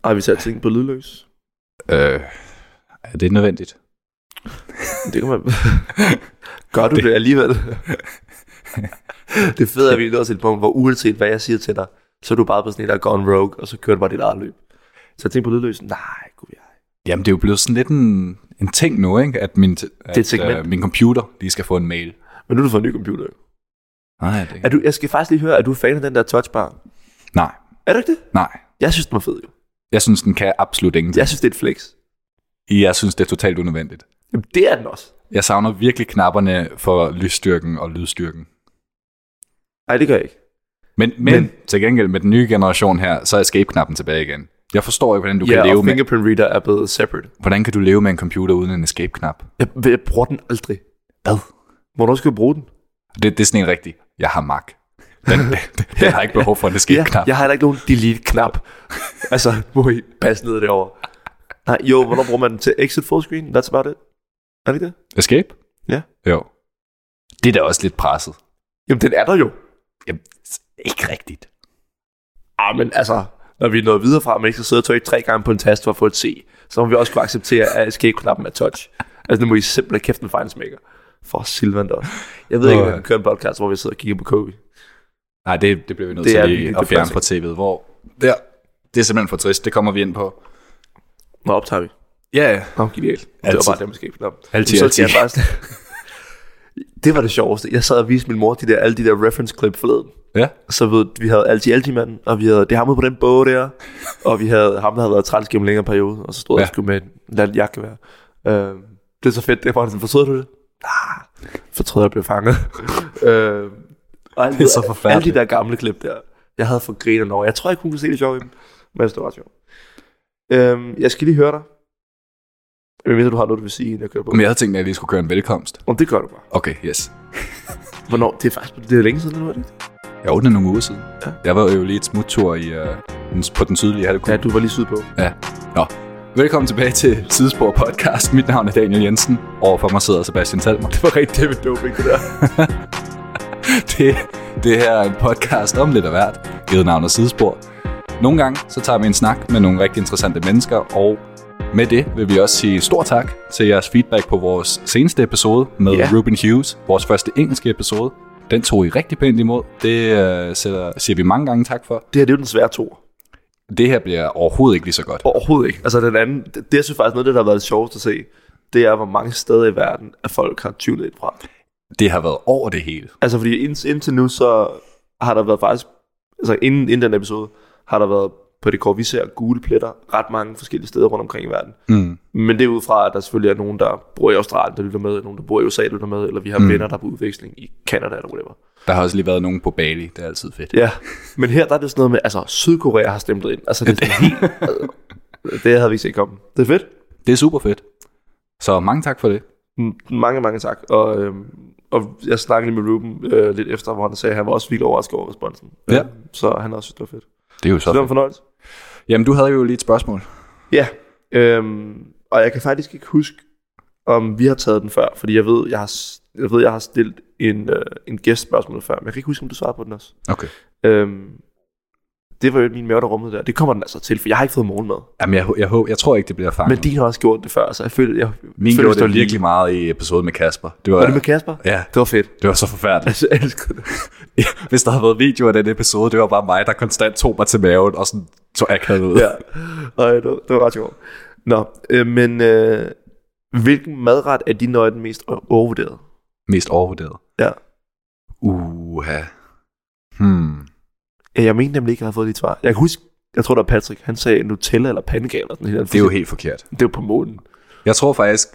Har vi sat ting på lydløs? Er det nødvendigt? Det kan man... Gør du det alligevel? Det fede er, at vi er nået til et punkt, hvor uanset hvad jeg siger til dig, så er du bare på sådan en, der er gone rogue, og så kører du bare dit eget løb. Så jeg tænkte på lydløs, nej, gud jeg. Jamen, det er jo blevet sådan lidt en ting nu, ikke? At min computer lige skal få en mail. Men nu har du fået en ny computer. Nej, det jeg skal faktisk lige høre, er du fan af den der touchbar? Nej. Er du ikke det? Nej. Jeg synes, den var fed jo. Jeg synes, den kan absolut ingenting. Jeg synes, det er et flex. Jeg synes, det er totalt unødvendigt. Jamen, det er den også. Jeg savner virkelig knapperne for lysstyrken og lydstyrken. Nej, det gør jeg ikke. Men til gengæld med den nye generation her, så er escape-knappen tilbage igen. Jeg forstår ikke, hvordan du kan leve med... fingerprint reader er blevet separate. Hvordan kan du leve med en computer uden en escape-knap? Jeg bruger den aldrig. Hvad? Hvornår skal du bruge den? Det er sådan en rigtig... Jeg har Mac. Den har ikke behov for en escape-knap. Jeg har heller ikke nogen delete-knap. Altså, må I passe ned derovre. Nej, jo, hvornår bruger man den til exit full screen? That's about it. Er det ikke det? Escape? Ja. Jo. Det er da også lidt presset. Jamen, den er der jo. Jamen, ikke rigtigt. Men altså, når vi er nået videre fra, at man ikke skal sidde og trykke 3 gange på en tast for at få et C, så må vi også kunne acceptere, at escape-knappen er touch. Altså, nu må I simpelthen kæft en fejnsmækker. For Silvan også. Jeg ved ikke, om jeg kan køre en podcast, hvor vi sidder og kigger på Kobe. Nej, det bliver vi nødt til lige at fjerne fra tv'et. Hvor det er simpelthen for trist. Det kommer vi ind på. Hvor optager vi? Ja. Nå, genialt. Det var bare det, måske ikke. Altid. Det var det sjoveste. Jeg sad og viste min mor alle de der reference clip forleden. Ja. Så ved vi havde Alti-manden, og vi havde det ham ude på den bog der, og vi havde ham, der havde været træls gennem en længere periode, og så stod jeg sgu med en jakkevær. Det er så fedt. Det var sådan, fortryder du det? Fortryder jeg blev fanget. Og det er så forfærdeligt. Alle de der gamle klip der. Jeg havde fået griner over. Jeg tror ikke hun kunne se det sjovt i dem, men det var ret sjovt. Jeg skal lige høre dig. Jeg ved, du har noget, du vil sige, inden jeg kører på. Men jeg havde tænkt, at jeg lige skulle køre en velkomst. Det gør du bare. Okay, yes. Hvornår? Det er faktisk det er længe siden, nu er det ikke? Jo, det er nogle uger siden. Ja. Jeg var jo lige et smuttur på den sydlige halvkugle. Ja, du var lige sydpå. Ja. Nå. Velkommen tilbage til Sidespor Podcast. Mit navn er Daniel Jensen. Overfor mig sidder Sebastian Talmer. Det var rigtig David Dobrik, det der. det her er en podcast om lidt af hvert, givet navnet Sidespor. Nogle gange så tager vi en snak med nogle rigtig interessante mennesker, og med det vil vi også sige stor tak til jeres feedback på vores seneste episode med Ruben Hughes, vores første engelske episode. Den tog I rigtig pænt imod. Det siger vi mange gange tak for. Det her det er jo den svære toer. Det her bliver overhovedet ikke lige så godt. Overhovedet ikke. Altså den anden, det jeg synes faktisk noget, der har været sjovt at se, det er, hvor mange steder i verden, at folk har tunet ind fra. Det har været over det hele. Altså fordi indtil nu, så har der været faktisk, altså inden den episode, har der været på det kort, vi ser gule pletter ret mange forskellige steder rundt omkring i verden. Men det er ud fra, at der selvfølgelig er nogen, der bor i Australien, der lytter med, nogen, der bor i USA, der lytter med, eller vi har venner, der er på udveksling i Canada eller whatever. Der har også lige været nogen på Bali, det er altid fedt. Ja, men her der er det sådan noget med, altså Sydkorea har stemt ind. Altså det er helt, det havde vi ikke set komme. Det er fedt. Det er super fedt. Så mange tak for det. Mange tak. Og jeg snakkede med Ruben lidt efter, hvor han sagde, at han var også vildt overrasket over responsen. Ja. Så han også synes, det var fedt. Det er jo så det var en fornøjelse. Jamen, du havde jo lige et spørgsmål. Ja, og jeg kan faktisk ikke huske, om vi har taget den før, fordi jeg ved, jeg har stillet en gæstspørgsmål før, men jeg kan ikke huske, om du svarede på den også. Okay. Det var jo min mave, der rummede der. Det kommer den altså til, for jeg har ikke fået morgenmad. Jamen, jeg tror ikke, det bliver fanget. Men de har også gjort det før, så jeg føler, min gjorde det virkelig meget i episoden med Kasper. Var det med Kasper? Ja. Det var fedt. Det var så forfærdeligt. Jeg elsker det. Ja, hvis der havde været video af den episode, det var bare mig, der konstant tog mig til maven og sådan tog akavet ud. Ja, det var ret sjovt. Nå, men hvilken madret er din den mest overvurderet? Mest overvurderet? Ja. Jeg mente nemlig ikke, at jeg havde fået dit svar. Jeg kan huske, jeg tror, der var Patrick. Han sagde Nutella eller pandekager eller sådan noget. Det er jo helt forkert. Det er jo på månen. Jeg tror faktisk,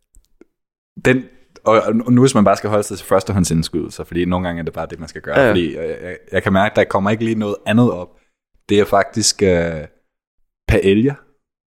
og nu hvis man bare skal holde sig til førstehåndsindskydelser, fordi nogle gange er det bare det, man skal gøre. Ja. Fordi jeg kan mærke, at der kommer ikke lige noget andet op. Det er faktisk paella.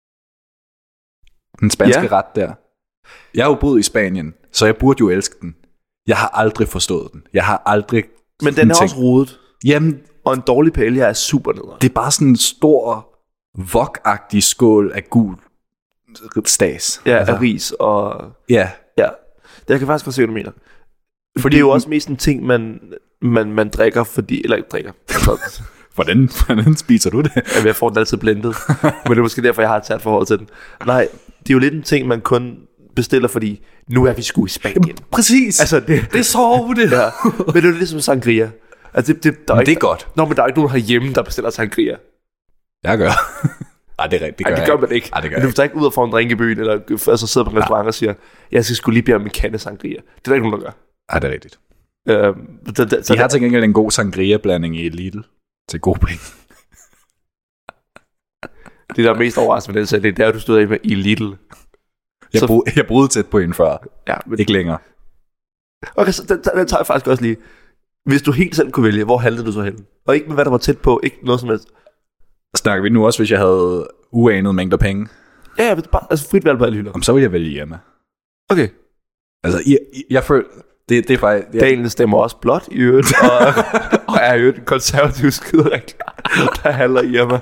Den spanske ret der. Jeg har jo boet i Spanien, så jeg burde jo elske den. Jeg har aldrig forstået den. Jeg har aldrig... Men den er også rodet. Jamen... Og en dårlig paella er super nederen. Det er bare sådan en stor, wok-agtig skål af gul stas. Ja, altså. Af ris og... Ja. Jeg kan faktisk godt se, hvad du mener. For det er jo også mest en ting, man drikker, fordi... Eller ikke drikker. Altså, Hvordan spiser du det? Jamen, jeg får den altid blendet. Men det er måske derfor, jeg har et særligt forhold til den. Nej, det er jo lidt en ting, man kun bestiller, fordi nu er vi sgu i Spanien. Præcis. Altså, det er så det. Ja. Men det er jo ligesom sangria. Altså, det er godt. Nå, men der er ikke nogen herhjemme, der bestiller sangria. Jeg gør. Ej, det er rigtigt. Det gør man ikke. Ej, det gør men du tager ikke ud og får en drink i byen, eller altså sidder på en restaurant og siger, jeg skal sgu lige bede om en kande sangria. Det er der ikke nogen, der gør. Ej, det er rigtigt. De har til gengæld en god sangria-blanding i Lidl til god penge. Det der er mest overraskende med den, så det er der, du stod med i Lidl. Jeg boede tæt på en før. Ja, men ikke længere. Okay, så den tager jeg faktisk også lige. Hvis du helt selv kunne vælge, hvor handlede du så hen? Og ikke med, hvad der var tæt på, ikke noget som helst. Snakker vi nu også, hvis jeg havde uanet mængder penge? Ja, bare, altså frit valg på alle hylder. Så ville jeg vælge hjemme. Okay. Altså, jeg føler... Det er faktisk... Dalen stemmer også blot i øvrigt, og er jo en konservativ skiderik, der handler hjemme.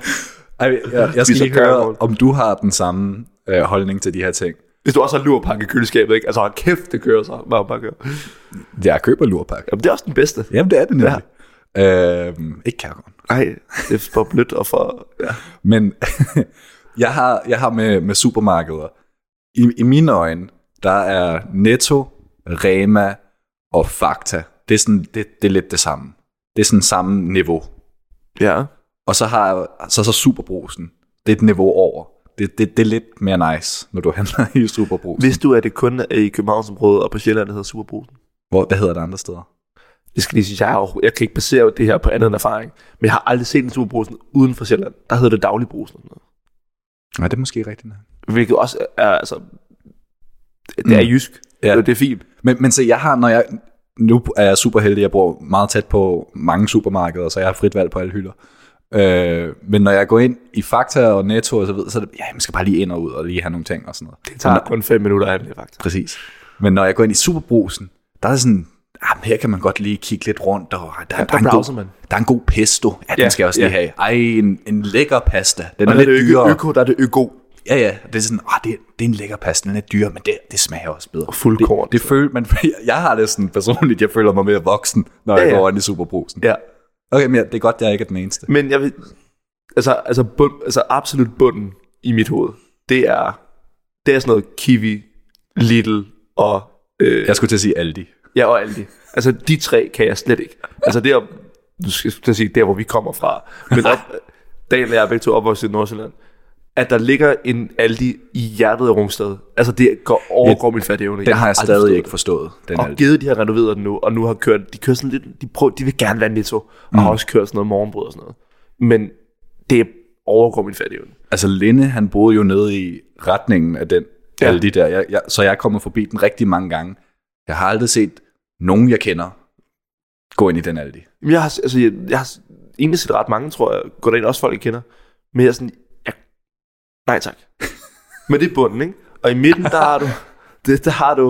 Jeg skal lige høre, om du har den samme holdning til de her ting. Hvis du også har lurpakke i køleskabet, ikke? Altså, kæft, det kører så. Bare kører. Jeg køber lurpakke. Jamen, det er også den bedste. Jamen, det er det nemlig. Ja. Ikke Kærgården. Nej, det er for blødt og for... Ja. Men jeg har med supermarkeder. I mine øjne, der er Netto, Rema og Fakta. Det er, sådan, det er lidt det samme. Det er sådan samme niveau. Ja. Og så har jeg så Superbrugsen. Det er et niveau over. Det er lidt mere nice, når du handler i Superbrugsen. Hvis du er det kun i Københavnsområdet og på Sjælland, der hedder Superbrugsen. Hvad hedder det andre steder? Det skal lige sige, jeg kan ikke basere det her på andet end erfaring. Men jeg har aldrig set en Superbrugsen uden for Sjælland. Der hedder det Dagligbrusen. Nej, det er måske rigtigt. Hvilket også er, altså... Det er jysk. Ja. Det er fint. Men så nu er jeg super heldig, jeg bor meget tæt på mange supermarkeder, så jeg har frit valg på alle hylder. Men når jeg går ind i Fakta og Netto og så videre, så er det, man skal bare lige ind og ud og lige have nogle ting og sådan noget. Det tager kun 5 minutter af det, faktisk. Præcis. Men når jeg går ind i Superbrugsen, der er sådan, her kan man godt lige kigge lidt rundt, og der er en god pesto. Ja, den skal jeg også lige have. Ej, en lækker pasta. Den er lidt dyrere. Der er det øko. Ja, det er sådan, det er en lækker pasta, den er dyr, men det smager også bedre. Fuldkorn. Jeg har det sådan personligt, jeg føler mig mere voksen, når jeg går ind i Superbrugsen. Ja. Okay, men det er godt, jeg ikke er den eneste. Men jeg vil, altså absolut bunden i mit hoved, det er sådan noget Kiwi, Lidl og... jeg skulle til at sige Aldi. Ja, og Aldi. Altså de tre kan jeg slet ikke. Altså det er, du skal til at sige, der hvor vi kommer fra. Men Daniel og jeg er begge to opvokset i Nordsjælland. At der ligger en Aldi i hjertet af Rungsted. Altså det overgår min fatteevne. Den har jeg stadig ikke forstået. Og givet, de har renoveret den nu, og nu har kørt, de kører sådan lidt, de vil gerne være Netto, og har også kørt sådan noget morgenbrød og sådan noget. Men det overgår min fatteevne. Altså Linde, han boede jo nede i retningen af den Aldi der, så jeg er kommet forbi den rigtig mange gange. Jeg har aldrig set nogen, jeg kender, gå ind i den Aldi. Jeg har egentlig set ret mange, tror jeg, går der ind også folk, jeg kender. Men jeg er sådan, nej tak. Men det er bunden, ikke? Og i midten, der har du...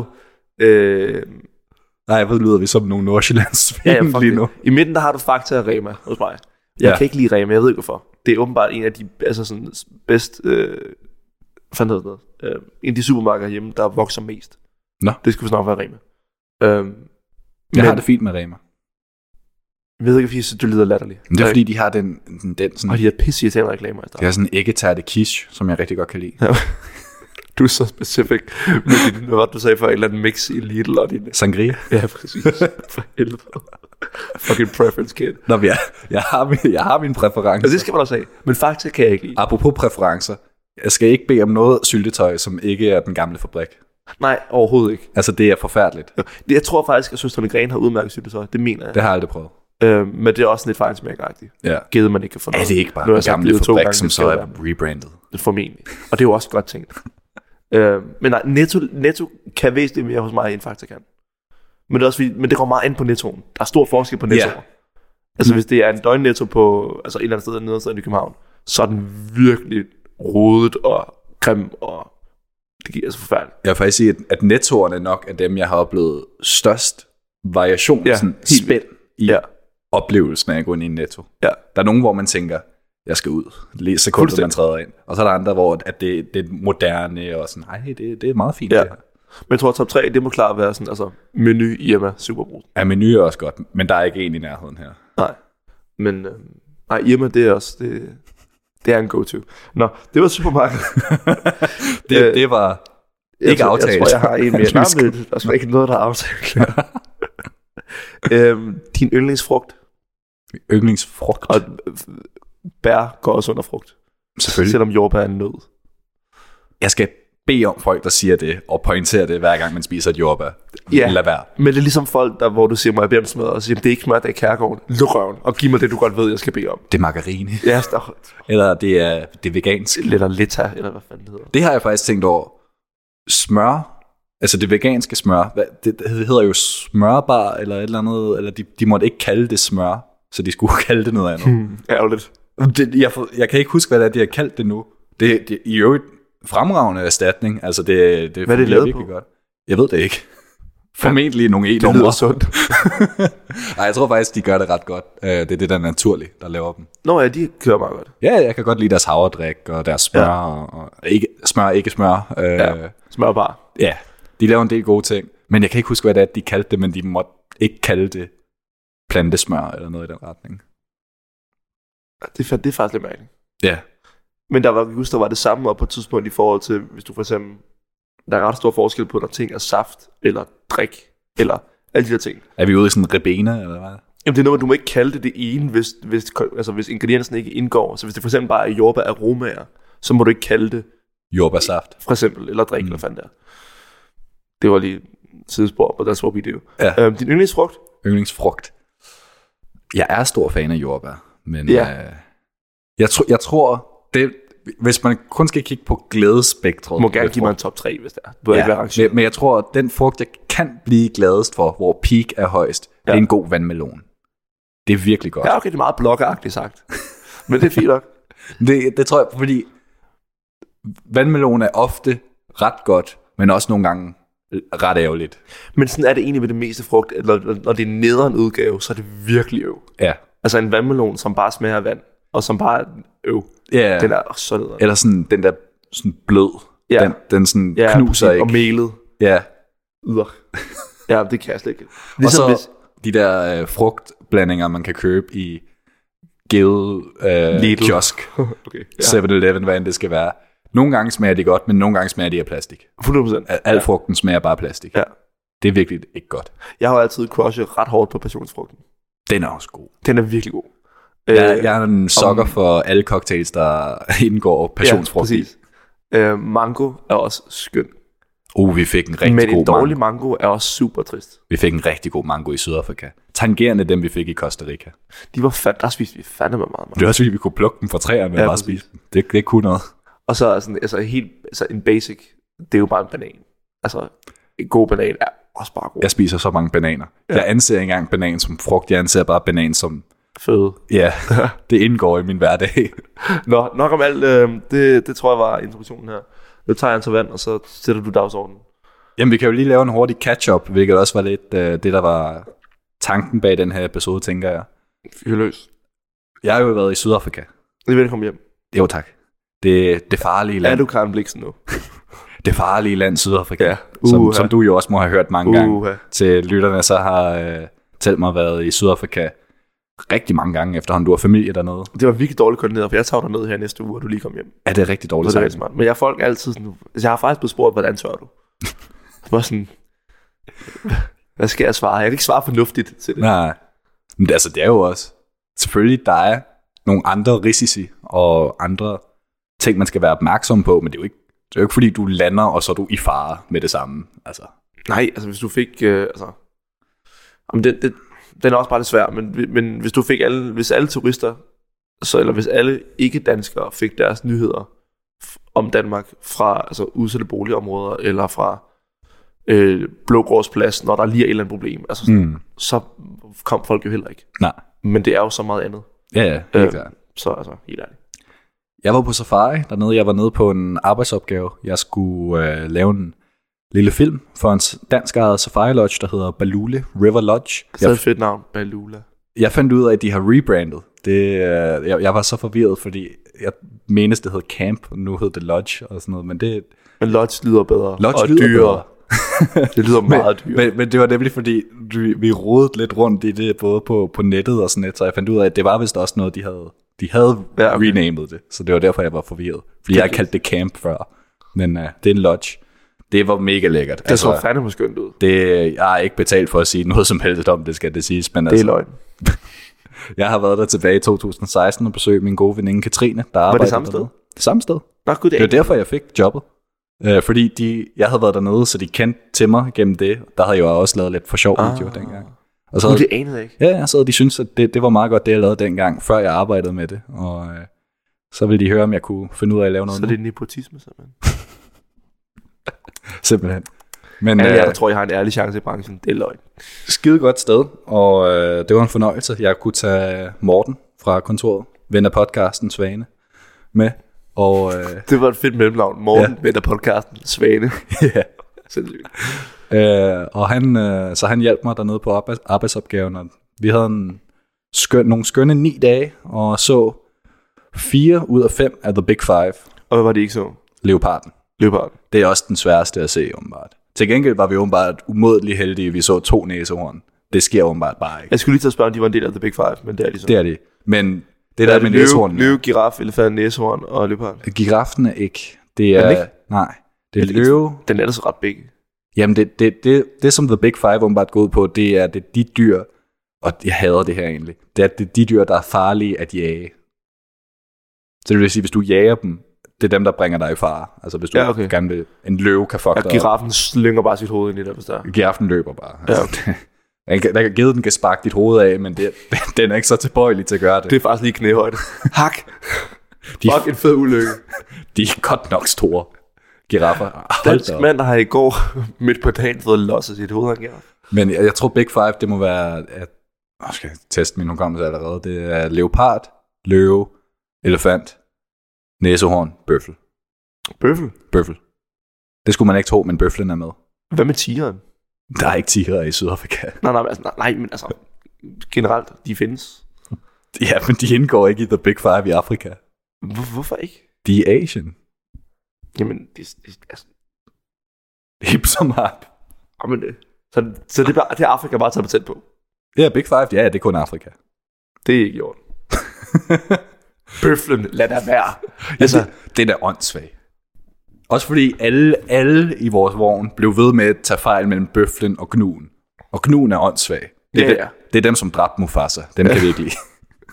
Nej, hvor lyder vi som nogle Nordsjællandsvin lige nu. I midten, der har du Fakta og Rema hos mig. Jeg kan ikke lide Rema, jeg ved ikke hvorfor. Det er åbenbart en af de sådan bedst... en af de supermarkeder hjemme, der vokser mest. Nå. Det skulle snart være Rema. Jeg har det fint med Rema. Jeg ved ikke, fordi det lyder latterligt. Men det er fordi, de har den sådan... Og de har pisse-irriterende reklamer i starten. De har sådan en æggetærte quiche, som jeg rigtig godt kan lide. Ja. Du er så specifik med hvad du sagde for et eller andet mix i Lidl og din... Sangria? Ja, præcis. For helvede. Fucking preference kid. Nå, jeg har min præference. Og det skal man også have. Men faktisk kan jeg ikke lide. Apropos præferencer. Jeg skal ikke bede om noget syltetøj, som ikke er den gamle fabrik. Nej, overhovedet ikke. Altså, det er forfærdeligt. Jeg tror faktisk, at Søstrene Gren har udmærket syltetøj. Det mener jeg. Det har jeg aldrig prøvet. Men det er også lidt fejlsmærkagtigt. Ja. Givet man ikke kan få noget. Er det ikke bare den gamle fabrik, som så er rebrandet? Formentlig. Og det er jo også godt tænkt. Men nej, Netto kan væsentligt mere hos mig end Fakta kan. Men det er også fordi, men det går meget ind på Nettoen. Der er stor forskel på Nettoer. Altså hvis det er en døgn-Netto på altså et eller andet sted nede i København, så er den virkelig rodet og grim, og det giver altså forfærdeligt. Jeg vil faktisk sige, at Nettoerne nok er dem, jeg har oplevet størst variation, sådan spænd i oplevelsen af at gå ind i en Netto. Ja. Der er nogen, hvor man tænker, jeg skal ud, lige sekundet man træder ind. Og så er der andre, hvor at det er moderne, og sådan, nej, det er meget fint det her. Men jeg tror, top 3, det må klart være sådan, altså, Meny, Irma, Superbrugsen. Ja, Meny er også godt, men der er ikke en i nærheden her. Nej, men Nej, Irma, det er også... Det er en go-to. Nå, det var supermarkedet. det var ikke aftalt. Jeg tror, jeg har en mere. Nej, men der er ikke noget, der er aftalt. Din yndlingsfrugt? Yndlingsfrugt? Og bær går også under frugt. Selvfølgelig. Selvom jordbær er en nød. Jeg skal bede om folk, der siger det, og pointere det, hver gang man spiser et jordbær. Ja, lad være. Men det er ligesom folk, der, hvor du siger, må jeg bede om smør, og siger, det er ikke smør, det er kærgården. Luk røven, og giv mig det, du godt ved, jeg skal bede om. Det er margarine. Ja, eller det er vegansk. Eller letta, eller hvad fanden det hedder. Det har jeg faktisk tænkt over. Smør, altså det veganske smør, det hedder jo smørbar, eller et eller andet, eller de måtte ikke kalde det smør, så de skulle kalde det noget andet. Ærgerligt. Jeg kan ikke huske, hvad det er, de har kaldt det nu. Det er jo et fremragende erstatning. Altså det hvad er det lavet virkelig på? Godt. Jeg ved det ikke. Formentlig nogle e-numre. Det lyder sundt. Nej, jeg tror faktisk, de gør det ret godt. Det er det, der er naturligt, der laver dem. Nå ja, de kører meget godt. Ja, jeg kan godt lide deres havredrik og deres smør. Ja. Og ikke smør. Smørbar. Ja, de laver en del gode ting. Men jeg kan ikke huske, hvad det er, de kaldte det, men de måtte ikke kalde det plantesmør eller noget i den retning. Det er faktisk lidt mærkeligt. Ja. Men der var det samme op på et tidspunkt i forhold til, hvis du for eksempel, der er ret stor forskel på, når ting er saft, eller drik, eller alle de der ting. Er vi ude i sådan en ribena, eller hvad? Jamen det er noget, du må ikke kalde det ene, hvis ingrediensen ikke indgår. Så hvis det for eksempel bare er jordbær aromaer, så må du ikke kalde det jordbærsaft. For eksempel, eller drik, eller fanden der. Det var lige sidespor på that's what we do. Ja. Din yndlingsfrugt? Yndlingsfrugt. Jeg er stor fan af jordbær, men jeg tror, det, hvis man kun skal kigge på glædespektret. Du må gerne give mig en top 3, hvis det er. Du ikke være men jeg tror, at den frugt, jeg kan blive gladest for, hvor peak er højst, det er en god vandmelon. Det er virkelig godt. Ja, okay, det er meget blokkeagtigt sagt. Men det er fint nok. Det tror jeg, fordi vandmelon er ofte ret godt, men også nogle gange ret ærgerligt. Men sådan er det egentlig med det meste frugt, at når det er nederen udgave, så er det virkelig øv. Ja. Altså en vandmelon, som bare smager af vand, og som bare er øv. Ja. Den er så nederen. Eller sådan den der sådan blød. Ja. Den sådan knuser ikke. Og melet. Ja. Ja, det kan jeg slet ikke. Ligesom og så de der frugtblandinger, man kan købe i kiosk. Okay, 7-Eleven, hvad end det skal være. Nogle gange smager de godt, men nogle gange smager de af plastik. 100%. Al frugten smager bare af plastik. Ja. Det er virkelig ikke godt. Jeg har altid crushet ret hårdt på passionsfrugten. Den er også god. Den er virkelig god. Jeg er en sokker for alle cocktails, der indgår passionsfrugt. Ja, præcis. Mango er også skøn. Vi fik en rigtig god mango. Men en dårlig mango er også super trist. Vi fik en rigtig god mango i Sydafrika. Tangerende dem, vi fik i Costa Rica. De var der spiste vi fandme meget mango. Det er også fordi, vi kunne plukke dem fra træerne og bare spise dem. Det kunne noget. Og så sådan, altså en basic, det er jo bare en banan. Altså, en god banan er også bare god. Jeg spiser så mange bananer. Ja. Jeg anser ikke engang banan som frugt, jeg anser bare banan som føde. Ja, det indgår i min hverdag. Nå, nok om alt. Det tror jeg var introduktionen her. Nu tager jeg en til vand, og så sætter du dagsordenen. Jamen, vi kan jo lige lave en hurtig catch-up, hvilket også var lidt det, der var tanken bag den her episode, tænker jeg. Fyr løs. Jeg har jo været i Sydafrika. Velkommen hjem. Jo, tak. Det farlige land. Er du Karen Bliksen nu? Det farlige land, Sydafrika. Ja. Som du jo også må have hørt mange gange. Til lytterne, så har Telt mig været i Sydafrika rigtig mange gange, efterhånden du har familie dernede. Det var virkelig dårligt koordineret, for jeg tager dig ned her næste uge, og du lige kom hjem. Ja, det er rigtig dårligt. Det er rigtig smart. Men jeg har folk altid sådan, jeg har faktisk blevet spurgt, hvordan tør du? Det var sådan, hvad skal jeg svare? Jeg kan ikke svare fornuftigt til det. Nej, men altså det er jo også, selvfølgelig der er nogle andre risici, og andre ting, man skal være opmærksom på, men det er jo ikke fordi, du lander, og så er du i fare med det samme. Altså. Nej, altså hvis du fik, den er også bare lidt svær, men hvis du fik hvis alle turister, eller hvis alle ikke-danskere fik deres nyheder om Danmark fra udsatte boligområder, eller fra Blågårdsplads, når der lige er et eller andet problem, så kom folk jo heller ikke. Nej. Men det er jo så meget andet. Ja, helt klart. Så helt ærligt. Jeg var på safari dernede. Jeg var nede på en arbejdsopgave. Jeg skulle lave en lille film for en dansk ejet safari lodge, der hedder Balule River Lodge. Det er et fedt navn, Balula. Jeg fandt ud af, at de har rebrandet. Jeg var så forvirret, fordi jeg menes, det hed Camp, og nu hed det Lodge og sådan noget. Men Lodge lyder bedre. Lodge og lyder dyrere. Det lyder meget dyrt. Men det var nemlig fordi, vi rodede lidt rundt i det, både på nettet og sådan lidt, så jeg fandt ud af, at det var vist også noget, de havde renamet det. Så det var derfor, jeg var forvirret. Fordi jeg har kaldt det camp før. Men det er en lodge. Det var mega lækkert. Det så fandme skønt ud. Jeg har ikke betalt for at sige noget som helst om, det skal det siges. Men det er løgn. Jeg har været der tilbage i 2016 og besøgt min gode veninde Katrine, der arbejder. Var det samme sted? Det samme sted. Nå, gud, det var derfor, jeg fik jobbet. Fordi jeg havde været dernede, så de kendte til mig gennem det. Der havde jeg jo også lavet lidt for sjov video dengang. Og så det anede jeg ikke. Ja, så havde de syntes, at det var meget godt, det jeg lavede dengang, før jeg arbejdede med det. Og så ville de høre, om jeg kunne finde ud af at lave noget. Så det er nepotisme, simpelthen. Simpelthen. Men jeg tror, jeg har en ærlig chance i branchen. Det er løgn. Skide godt sted, og det var en fornøjelse. Jeg kunne tage Morten fra kontoret, ven af podcasten Svane, med. Og, det var et fedt mellemnavn. Morten, ven af podcasten Svane. Ja. Sindssygt. Og så han hjalp mig dernede på arbejdsopgaven, og vi havde nogle skønne 9 dage, og så 4 ud af 5 af The Big Five. Og hvad var det ikke så? Leoparden. Det er også den sværeste at se, åbenbart. Til gengæld var vi åbenbart umådeligt heldige, vi så 2 næsehorn. Det sker åbenbart bare ikke. Jeg skulle lige til at spørge, om de var en del af The Big Five, men det er de så. Det er de. Men det der med næsehorn. Løve, giraf, elefant, næsehorn og leopard. Giraffen er ikke. Det er ikke? Nej. Det er løve. Den er da så ret big. Jamen, det som The Big Five åbenbart går ud på, det er de dyr, og jeg hader det her egentlig, det er de dyr, der er farlige at jage. Så det vil sige, hvis du jager dem, det er dem, der bringer dig i fare. Altså hvis du gerne vil, en løve kan fuck dig. Giraffen slynger bare sit hoved ind i det, hvis der. Giraffen løber bare. Altså, der kan give den kan sparke dit hoved af, men den er ikke så tilbøjelig til at gøre det. Det er faktisk lige knæhøjde. Hak! Fuck en fed ulykke. De er godt nok store. Giraffer. Dansk mand har i går midt på dagen fået losset sit hoved af en giraf. Men jeg tror Big Five, det må være, at skal jeg teste min hukommelse allerede. Det er leopard, løve, elefant, næsehorn, bøffel. Bøffel. Det skulle man ikke tro, men bøffelen er med. Hvad med tigeren? Der er ikke tiger i Sydafrika. Nej, men generelt, de findes. Ja, men de indgår ikke i The Big Five i Afrika. Hvorfor ikke? De er Asian. Jamen, altså. Hip som hap. Jamen det. Så det er Afrika bare taget patent på? Ja, Big Five, ja, det er kun Afrika. Det er ikke gjort. Bøflen, lad der være. Altså, det er åndssvagt. Også fordi alle i vores vogn blev ved med at tage fejl mellem bøflen og gnuen. Og gnuen er åndssvag. Det er dem, som dræbte Mufasa. Dem kan vi ikke lide.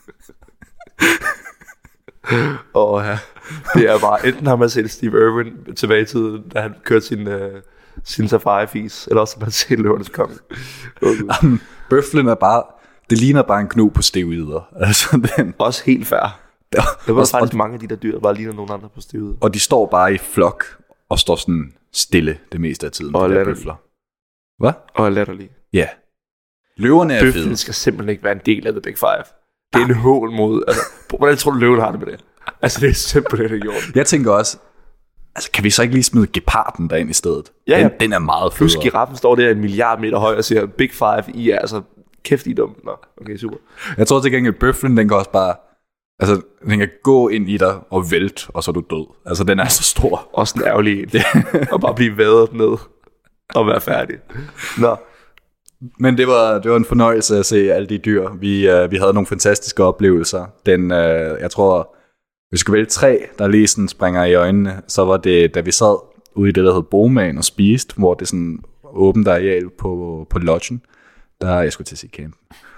Det er bare, enten har man set Steve Irwin tilbage i tiden, da han kørte sin safari-fis, eller også har man set Løvernes Konge. Bøflen er bare, det ligner bare en gnu på steroider. Altså, også helt fair. Der var faktisk mange af de der dyr, der bare ligner nogle andre på steroider. Og de står bare i flok, og står sådan stille det meste af tiden. Og latterlige. Hvad? Og latterlige. Ja. Løverne er fede. Bøflen skal simpelthen ikke være en del af The Big Five. Det er en hål mod, altså, hvordan tror du løven har det med det? Altså, det er simpelthen ikke gjort. Jeg tænker også, altså, kan vi så ikke lige smide geparden derind i stedet? Ja. Den er meget federe. Plus giraffen står der 1 milliard meter høj og siger, Big Five, I er altså kæft i dumt. Nå, okay, super. Jeg tror til gengæld, bøflen, den kan også bare, altså, den kan gå ind i dig og vælte, og så er du død. Altså, den er så stor. Også en ærgerlig en. Og bare blive vadet ned og være færdig. Nå. Men det var en fornøjelse at se alle de dyr. Vi havde nogle fantastiske oplevelser. Jeg tror, vi skulle vælge 3, der lige sådan springer i øjnene. Så var det, da vi sad ude i det, der hed Bomagen og spiste, hvor det er sådan åbent areal på lodgen. Der jeg skulle til at sige camp.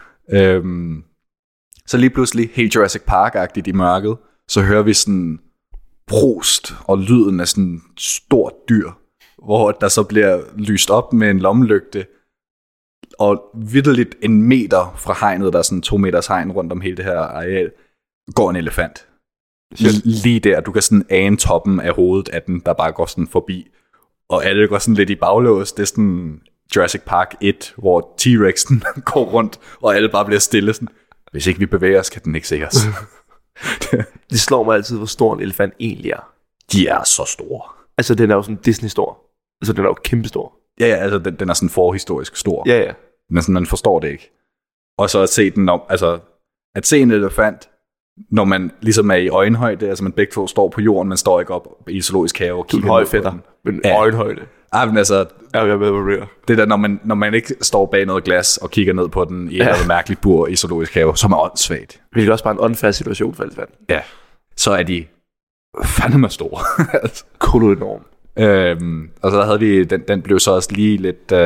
Så lige pludselig, helt Jurassic Park-agtigt i mørket, så hører vi sådan prost og lyden af sådan stort dyr, hvor der så bliver lyst op med en lommelygte, og vitterligt 1 meter fra hegnet, der er sådan 2 meters hegn rundt om hele det her areal, går en elefant. Lige der, du kan sådan ane toppen af hovedet af den, der bare går sådan forbi, og alle går sådan lidt i baglås. Det er sådan Jurassic Park 1, hvor T-Rexen går rundt, og alle bare bliver stille sådan, hvis ikke vi bevæger os, kan den ikke se os. Det slår mig altid, hvor stor en elefant egentlig er. De er så store. Altså, den er jo sådan Disney-stor. Altså, den er jo kæmpestor. Ja, altså, den er sådan forhistorisk stor. Ja. Men sådan, man forstår det ikke. Og så at se den, at se en elefant, når man ligesom er i øjenhøjde, altså man begge to står på jorden, man står ikke op i zoologisk have og kigger høj fætter, men øjenhøjde. Men altså, jeg er med på det. Det der, når man ikke står bag noget glas og kigger ned på den i et mærkeligt bur i zoologisk have, som er åndssvagt. Hvilket også bare en unfair situation for elefant. Ja, så er de fandme store. Kolonorm. Og så der havde vi, den blev så også lige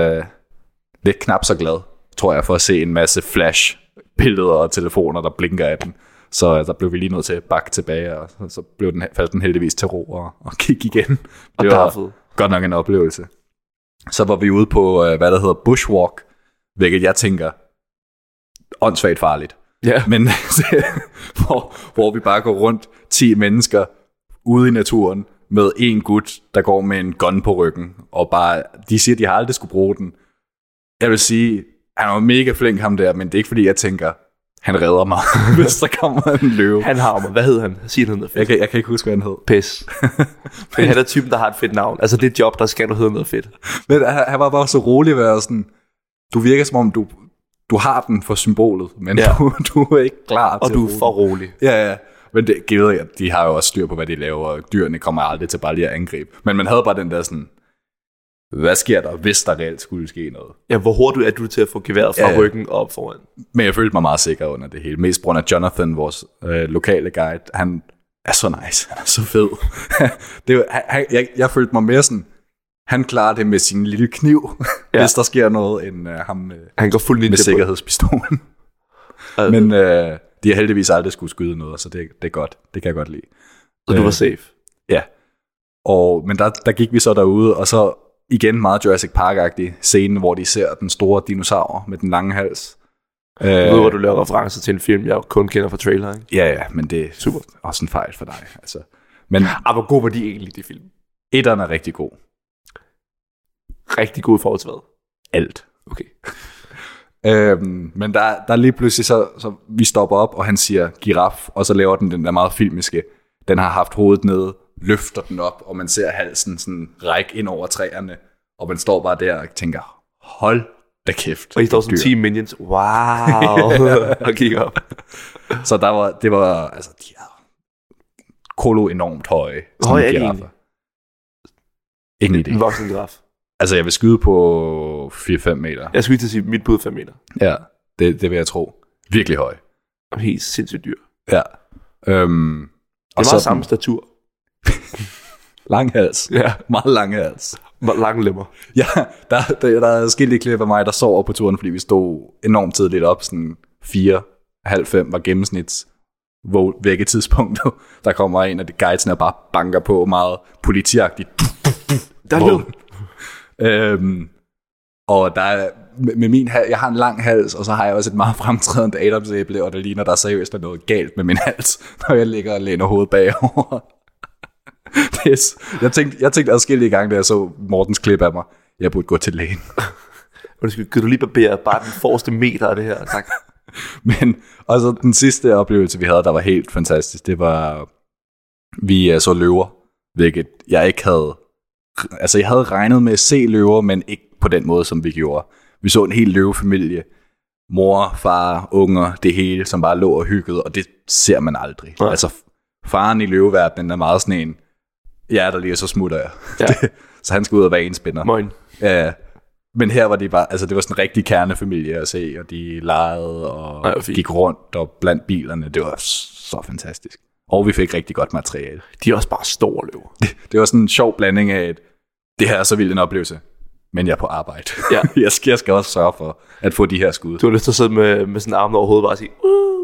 lidt knap så glad, tror jeg, for at se en masse flash-billeder og telefoner, der blinker af den. Så der blev vi lige nødt til at bakke tilbage, og så faldt den heldigvis til ro og gik igen. Det var godt nok en oplevelse. Så var vi ude på, hvad der hedder bushwalk, hvilket jeg tænker, åndssvagt farligt. Ja. Men hvor vi bare går rundt 10 mennesker ude i naturen med en gut, der går med en gun på ryggen, og bare, de siger, de har aldrig skulle bruge den. Jeg vil sige, han var mega flink ham der, men det er ikke fordi, jeg tænker, han redder mig, hvis der kommer en løve. Han har mig. Hvad hed han? Sig noget fedt. Jeg kan ikke huske, hvad han hed. Pis. Men han er typen, der har et fedt navn. Altså det job, der skal du hedde noget fedt. Men han var bare så rolig ved at sådan, du virker som om, du har den for symbolet, men du er ikke klar til. Og du er for rolig. Ja. Men det givet jeg, de har jo også styr på, hvad de laver, og dyrene kommer aldrig til bare lige at angribe. Men man havde bare den der sådan, hvad sker der, hvis der reelt skulle ske noget? Ja, hvor hurtigt er du til at få geværet fra ryggen op foran? Men jeg følte mig meget sikker under det hele. Mest på grund af Jonathan, vores lokale guide. Han er så nice, han er så fed. Jeg følte mig mere sådan, han klarer det med sin lille kniv, hvis der sker noget, end ham han går fuldt med sikkerhedspistolen. Men de har heldigvis aldrig skulle skyde noget, så det er godt. Det kan jeg godt lide. Så du var safe? Ja. Men der gik vi så derude, og så igen meget Jurassic Park-agtig scene, hvor de ser den store dinosaur med den lange hals. Du ved, hvor du laver referencer til en film, jeg kun kender fra trailer, ikke? Ja, men det er super. Også en fejl for dig. Altså. Men hvor god var de egentlig, de film? Etteren er rigtig god. Rigtig god i forhold til hvad? Alt. Okay. Men der lige pludselig så vi stopper op, og han siger giraf, og så laver den der meget filmiske. Den har haft hovedet nede, løfter den op, og man ser halsen sådan række ind over træerne, og man står bare der og tænker, hold da kæft. Og I står som 10 minions, wow, og kigger op. Så det var altså, de er kolo enormt høje. Høj er de egentlig? Ingen idé. En voksen giraf. Altså, jeg vil skyde på 4-5 meter. Jeg skulle til at sige, mit bud 5 meter. Ja, det vil jeg tro. Virkelig høj. Og helt sindssygt dyr. Ja. Det var samme statur. Lang hals. Ja. Meget lang hals. Lange lemmer. Ja, der er skilt klip af mig, der sover på turen, fordi vi stod enormt tidligt op. Sådan 4:30 var gennemsnits vækketidspunkt. Der kommer en af de guidesene og bare banker på meget politiagtigt. Der lød. Og der er, med min hals, jeg har en lang hals, og så har jeg også et meget fremtrædende adamsæble, og det ligner, der seriøst er noget galt med min hals, når jeg ligger og læner hovedet bagover. Jeg tænkte adskillige gange, da jeg så Mortens klip af mig, jeg burde gå til lægen. Kan du lige barbere bare den forreste meter af det her? Tak. Men også den sidste oplevelse, vi havde, der var helt fantastisk, det var, vi så løver, hvilket jeg ikke havde. Altså, jeg havde regnet med at se løver, men ikke på den måde, som vi gjorde. Vi så en hel løvefamilie. Mor, far, unger, det hele, som bare lå og hyggede, og det ser man aldrig. Ja. Altså, faren i løveverdenen er meget sådan en, der lige, så smutter jeg. Ja. Så han skal ud og være en spænder. Moin. Ja, men her var de bare, altså det var sådan en rigtig kernefamilie at se, og de legede og gik rundt og blandt bilerne. Det var så fantastisk. Og vi fik rigtig godt materiale. De er også bare store løver. Det var sådan en sjov blanding af, at det her er så vild en oplevelse, men jeg er på arbejde. Ja. jeg skal også sørge for at få de her skud. Du har lyst til at sidde med sådan en arm over hovedet bare og sige,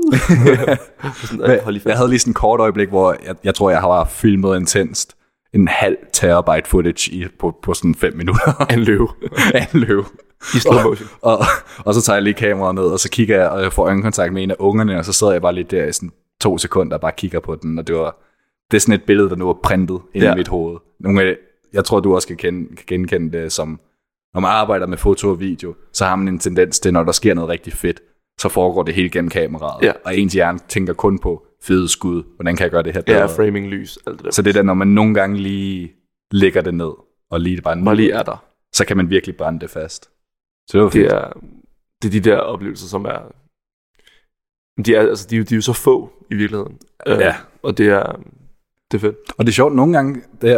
jeg havde lige sådan en kort øjeblik, hvor jeg tror, jeg har filmet intenst en halv terabyte footage på sådan 5 minutter. En løve. En løve. I slow motion. Og så tager jeg lige kameraet ned, og så kigger jeg, og jeg får øjenkontakt med en af ungerne, og så sidder jeg bare lidt der i sådan 2 sekunder og bare kigger på den, og det er sådan et billede, der nu er printet ind i mit hoved. Jeg tror, du også kan genkende det som, når man arbejder med foto og video, så har man en tendens til, når der sker noget rigtig fedt, så foregår det helt gennem kameraet, og ens hjerne tænker kun på fede skud, hvordan kan jeg gøre det her bedre? Ja, framing, lys, alt det der. Så det er der, når man nogle gange lige lægger det ned, og lige bare lige er der, så kan man virkelig brænde det fast. Så det var fedt. Det er de der oplevelser, som er, de er jo så få i virkeligheden. Og det er fedt. Og det er sjovt, nogle gange,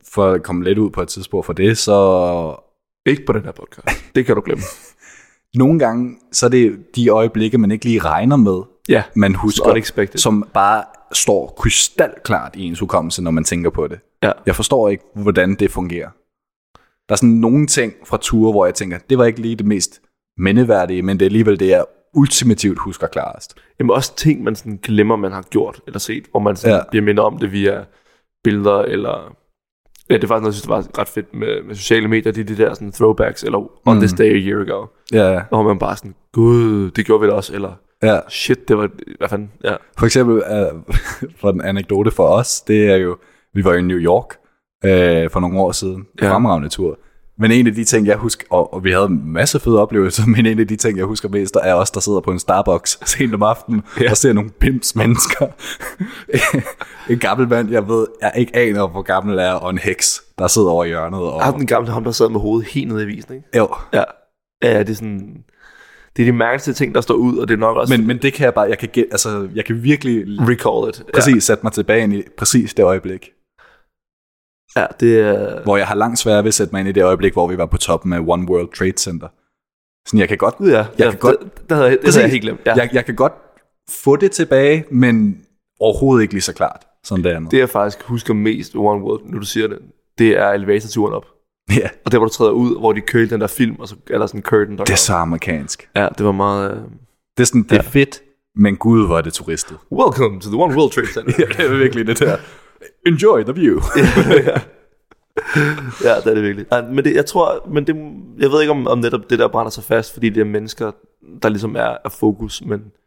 for at komme lidt ud på et tidspunkt for det, så... Ikke på den her podcast. Det kan du glemme. Nogle gange, så er det de øjeblikke, man ikke lige regner med, man husker, som bare står krystalklart i ens hukommelse, når man tænker på det. Ja. Jeg forstår ikke, hvordan det fungerer. Der er sådan nogle ting fra ture, hvor jeg tænker, det var ikke lige det mest mindeværdige, men det er alligevel det, jeg ultimativt husker klarest. Jamen også ting, man sådan glemmer, man har gjort eller set, hvor man sådan bliver mindet om det via billeder, eller... Ja, det er faktisk noget, jeg synes, det var ret fedt med sociale medier, de der sådan throwbacks, eller on this day a year ago. Ja. Hvor man bare sådan, gud, det gjorde vi da også, eller shit, det var, hvad fanden, ja. For eksempel, for en anekdote for os, det er jo, vi var i New York for nogle år siden, fremragende tur. Men en af de ting, jeg husker, og vi havde en masse fede oplevelser, men en af de ting, jeg husker mest, er os, der sidder på en Starbucks sent om aftenen, og ser nogle pimps mennesker. En gammel mand, jeg ikke aner, hvor gammel er, og en heks, der sidder over i hjørnet. Og... den gamle ham, der sad med hovedet helt nede i visen, ikke? Jo. Ja, det er sådan... Det er de mærkeligste ting, der står ud, og det er nok også... Men det kan jeg bare, jeg kan virkelig... Recall it. Præcis, sætte mig tilbage ind i præcis det øjeblik. Ja, det er... Hvor jeg har langt svært ved at sætte mig ind i det øjeblik, hvor vi var på toppen af One World Trade Center. Sådan, jeg kan godt... Det havde jeg helt glemt. Ja. Jeg kan godt få det tilbage, men overhovedet ikke lige så klart som det andet. Det jeg faktisk husker mest ved One World, når du siger det er elevatorturen op. Ja. Og der hvor du træder ud, hvor de køler den der film, og så er der sådan en curtain, der det er så amerikansk. Ja, det var meget... Det er sådan, det er fedt, men gud, hvor er det turistet. Welcome to the One World Trade Center. Ja, det er virkelig det der. Enjoy the view. Ja, det er det virkelig. Nej, men det, jeg ved ikke om netop det der brænder sig fast, fordi det er mennesker, der ligesom er fokus,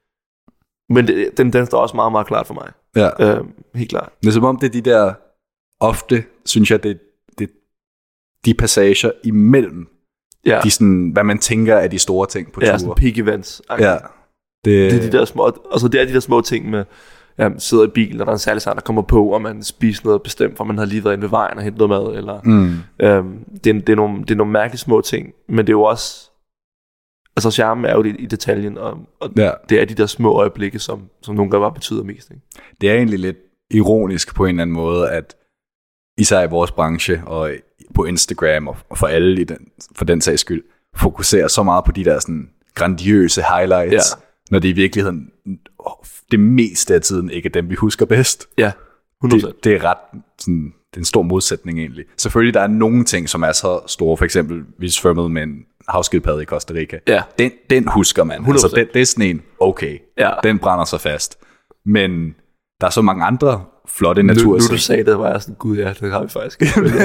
men den står også meget, meget klart for mig. Ja. Helt klart. Det er som om det er de der, ofte synes jeg, det de passager imellem, de sådan, hvad man tænker er de store ting på ture. Ja, sådan peak events. Ja. Det er de der små, altså det er de der små ting med, sidder i bilen, og der er en særlig sang, der kommer på, og man spiser noget bestemt, for man har lige været inde ved vejen og hentet noget mad, eller det er nogle mærkelige små ting, men det er jo også, altså charmen er jo i detaljen, og det er de der små øjeblikke, som nogle gange bare betyder mest. Ikke? Det er egentlig lidt ironisk på en eller anden måde, at især i vores branche, og på Instagram, og for alle for den sags skyld, fokuserer så meget på de der sådan grandiøse highlights, når det i virkeligheden det meste af tiden ikke er dem, vi husker bedst. Ja, 100%. Det er ret sådan, det er en stor modsætning egentlig. Selvfølgelig der er nogle ting, som er så store. For eksempel, vi svømmede med en havskildpadde i Costa Rica. Ja. Den husker man. 100%. Altså, det er sådan en, okay, den brænder sig fast. Men der er så mange andre flotte naturting. Nu du sagde det, var jeg sådan, gud ja, det har vi faktisk.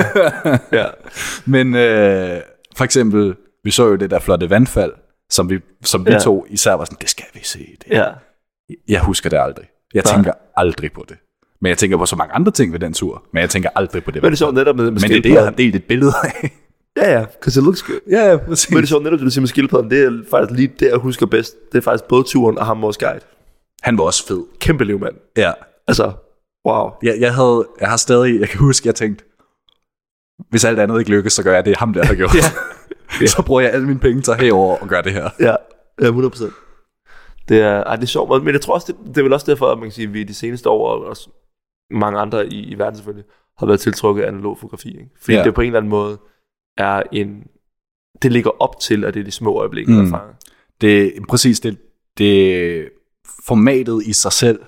Ja. Men for eksempel, vi så jo det der flotte vandfald, som vi to især var sådan, det skal vi se. Det. Ja. Jeg husker det aldrig. Jeg tænker aldrig på det. Men jeg tænker på så mange andre ting ved den tur. Men jeg tænker aldrig på det. Men det er sjovt netop med men det er det, jeg har delt et billede af. Ja, because it looks good. Ja, præcis. Men det er sjovt netop, det du siger med skildpadden. Det er faktisk lige det, jeg husker bedst. Det er faktisk både turen og ham vores guide. Han var også fed. Kæmpe livmand. Ja. Altså, wow. Jeg har stadig, jeg kan huske, jeg tænkte, hvis alt andet ikke lykkes, så gør jeg det, ham der har gjort. Så bruger jeg alle mine penge til herover og gør det her. Ja, 100%. Det er sjovt, men jeg tror også, det er vel også derfor, at man kan sige, at vi de seneste år, og også mange andre i verden selvfølgelig, har været tiltrukket af analog fotografi. Ikke? Fordi det på en eller anden måde er det ligger op til, at det er de små øjeblikke, der fanger. Det præcis det formatet i sig selv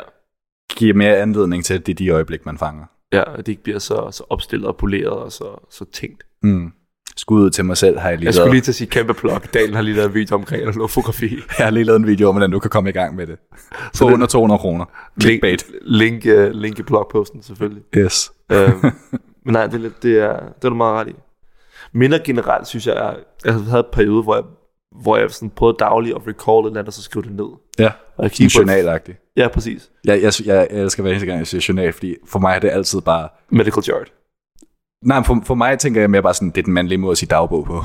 giver mere anledning til, at det er de øjeblik, man fanger. Ja, at det ikke bliver så opstillet og poleret og så tænkt. Skuddet til mig selv har jeg lige Jeg skulle lige til at sige kæmpe plug. Dalen har lige lavet en video omkring analog fotografi. Jeg har lige lavet en video om, hvordan du kan komme i gang med det. Så under 200 kroner. Clickbait. Link i blogposten selvfølgelig. Yes. Men nej, det er du meget ret i. Minder generelt, synes jeg havde en periode, hvor jeg sådan prøvede dagligt at recall et eller andet, og så skrive det ned. Ja, og sådan journalagtigt. Ja, præcis. Jeg elsker hver eneste gang, jeg siger journal, fordi for mig er det altid bare... Medical chart. Nej, for mig tænker jeg mere bare sådan, det er den mandlige måde at sige dagbog på.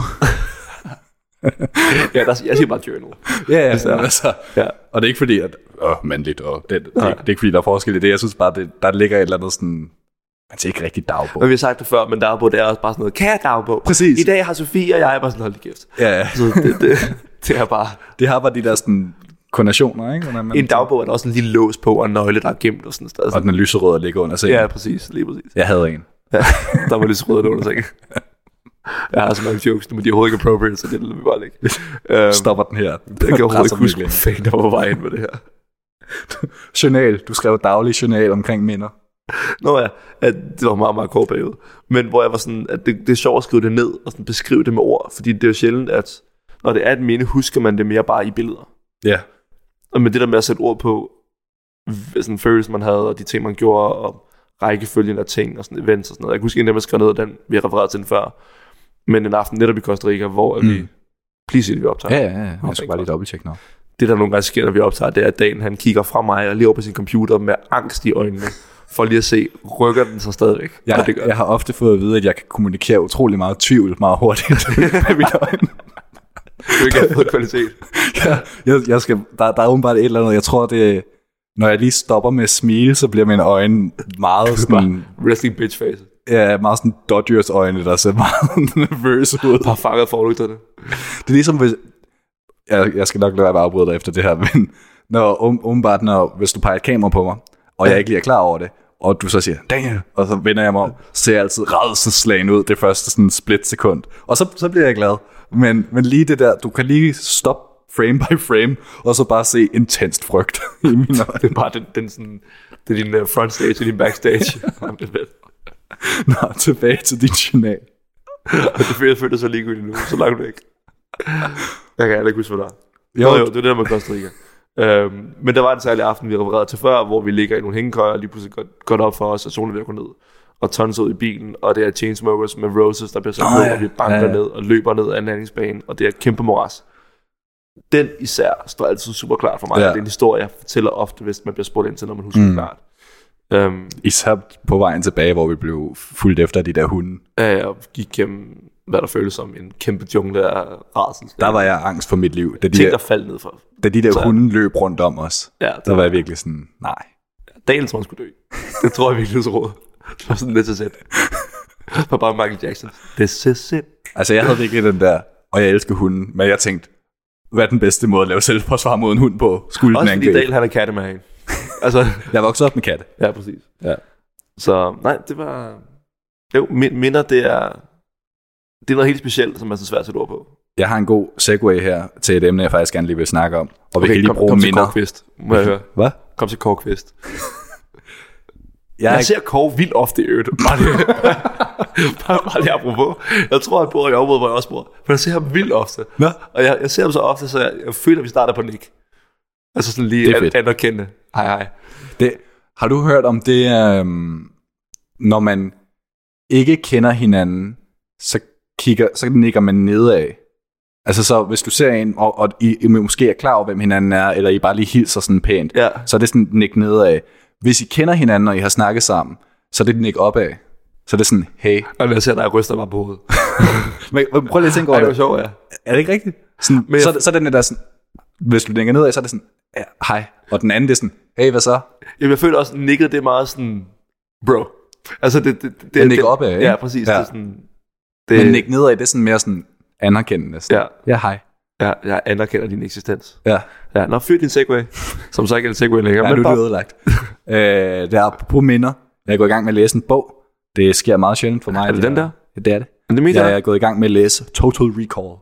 Jeg siger bare journal. Ja. Og det er ikke fordi, at mandligt, og det er ikke fordi, der er forskel i det. Jeg synes bare, der ligger et eller andet sådan... Man siger ikke rigtig dagbog. Men vi har sagt det før, men dagbog, det er også bare sådan noget, kære dagbog. Præcis. I dag har Sofie og jeg bare sådan, hold lige kæft. Ja. Så det er bare... Det har bare de der sådan konnotationer, ikke? En dagbog er der også en lille lås på, og en nøgle, der er gemt og sådan noget. Og den er lyserød og ligger under sengen. Ja, præcis. Lige præcis. Jeg havde en. Ja, der var lidt skrødet under sig. Jeg har så mange jokes nu, men de er overhovedet ikke appropriate, så det lader vi bare ikke. Stopper den her. Jeg kan overhovedet ikke huske, hvor fanden der var på vej ind med det her. Journal. Du skrev daglig journal omkring minder. Nå ja, at det var meget, meget kort periode. Men hvor jeg var sådan, at det er sjovt at skrive det ned og sådan beskrive det med ord. Fordi det er jo sjældent, at når det er et minde, husker man det mere bare i billeder. Ja. Og med det der med at sætte ord på sådan følelser man havde, og de ting man gjorde, og rækkefølgen af ting, og sådan events og sådan noget. Jeg kan huske en af dem, jeg skrev ned af den, vi har refereret til den før. Men en aften netop i Costa Rica, hvor vi... Please siger, vi optager. Ja. Jeg skal bare lige dobbelttjekke noget. Det der nogle gange sker, når vi optager, det er, at Dan han kigger fra mig og lige over på sin computer med angst i øjnene, for lige at se, rykker den så stadigvæk. Jeg har ofte fået at vide, at jeg kan kommunikere utrolig meget tvivl meget hurtigt med mine øjne. Du ikke har fået kvalitet. Jeg skal, der er åbenbart et eller andet, jeg tror det, når jeg lige stopper med at smile, så bliver mine øjne meget sådan... Wrestling bitch face. Ja, meget sådan Dodgers øjne, der ser meget nervøse ud. Bare fanget forlygterne. Det er ligesom hvis... Jeg skal nok lade være med at afbryde dig efter det her, men hvis du peger et kamera på mig, og jeg ikke lige er klar over det, og du så siger, Daniel, og så vender jeg mig om, så ser jeg altid rædselsslagen ud det første sådan split sekund. Og så bliver jeg glad. Men lige det der, du kan lige stoppe frame by frame, og så bare se intenst frygt i mine øjne. Det er bare den sådan, det er din front stage og din backstage. Nå, tilbage til din journal. Og det føler så ligegyldigt nu, så langt væk. Jeg kan heller ikke huske, hvad der er. Jo, det er det der med Costa Rica. Men der var en særlig aften, vi refererede til før, hvor vi ligger i nogle hængekøjer, og lige pludselig godt op for os, og solen er ved at gå ned, og tonser ud i bilen, og det er Chainsmokers med Roses, der bliver så på, og vi banker ned og løber ned ad en landingsbane, og det er kæmpe moras. Den især står altid super klart for mig. Det er en historie, jeg fortæller ofte, hvis man bliver spurgt ind til, når man husker klart. Især på vejen tilbage, hvor vi blev fulgt efter de der hunde. Ja, og gik gennem, hvad der føltes som en kæmpe jungle af rædsel. Der var jeg angst for mit liv. Der faldt ned for. Da de der hunde løb rundt om os, der var jeg virkelig sådan, nej. Daniel tror, han skulle dø. Det tror jeg virkelig, så råd. Det var sådan lidt til sæt. Det var bare Michael Jackson. This is it. Altså, jeg havde virkelig den der, og jeg elsker hunden, men jeg tænkte, hvad er den bedste måde at lave selvforsvar mod en hund på? Skulle også fordi Daniel, han er kattemagen. Altså, jeg voksede op med katte. Ja, præcis. Ja. Så nej, det var... Jo, minder, det er noget helt specielt, som er så svært at sætte ord på. Jeg har en god segue her til et emne, jeg faktisk gerne lige vil snakke om. Og vi kan lige bruge minder. Kom til må jeg høre? Hvad? Kom til Kårekvist. Jeg ser Kåre vildt ofte i øvrigt. Bare lige apropos. Jeg tror, han bor i området, hvor jeg også bor. Men jeg ser ham vildt ofte. Nå? Og jeg ser ham så ofte, så jeg føler, at vi starter på Nick. Altså sådan lige anerkendende. Hej. Har du hørt om det, når man ikke kender hinanden, så nikker man nedad? Altså så, hvis du ser en, og I måske er klar over, hvem hinanden er, eller I bare lige hilser sådan pænt, så er det sådan nik nedad. Hvis I kender hinanden, og I har snakket sammen, så er det nik opad. Så er det sådan, hey. Og jeg ser dig, ryster mig på hovedet. Men prøv lige at tænke over det. Det er sjovt, ja. Er det ikke rigtigt? Sådan, så er den der sådan, hvis du nikker nedad, så er det sådan, ja, hej. Og den anden, det er sådan, hey, hvad så? Jamen, jeg føler også, nikket, det er meget sådan, bro. Altså, det nikker opad, ikke? Ja, præcis. Ja. Det er sådan, men nik nedad, det er sådan mere sådan anerkendende. Sådan. Ja, hej. Ja, jeg anerkender din eksistens. Ja. Nå, fyr din segway, som så ikke er en segway længere. Ja, nu er det ødelagt. Det er på minder. Jeg er gået i gang med at læse en bog. Det sker meget sjældent for mig. Er det den der? Det er det. Jeg er gået i gang med at læse Total Recall.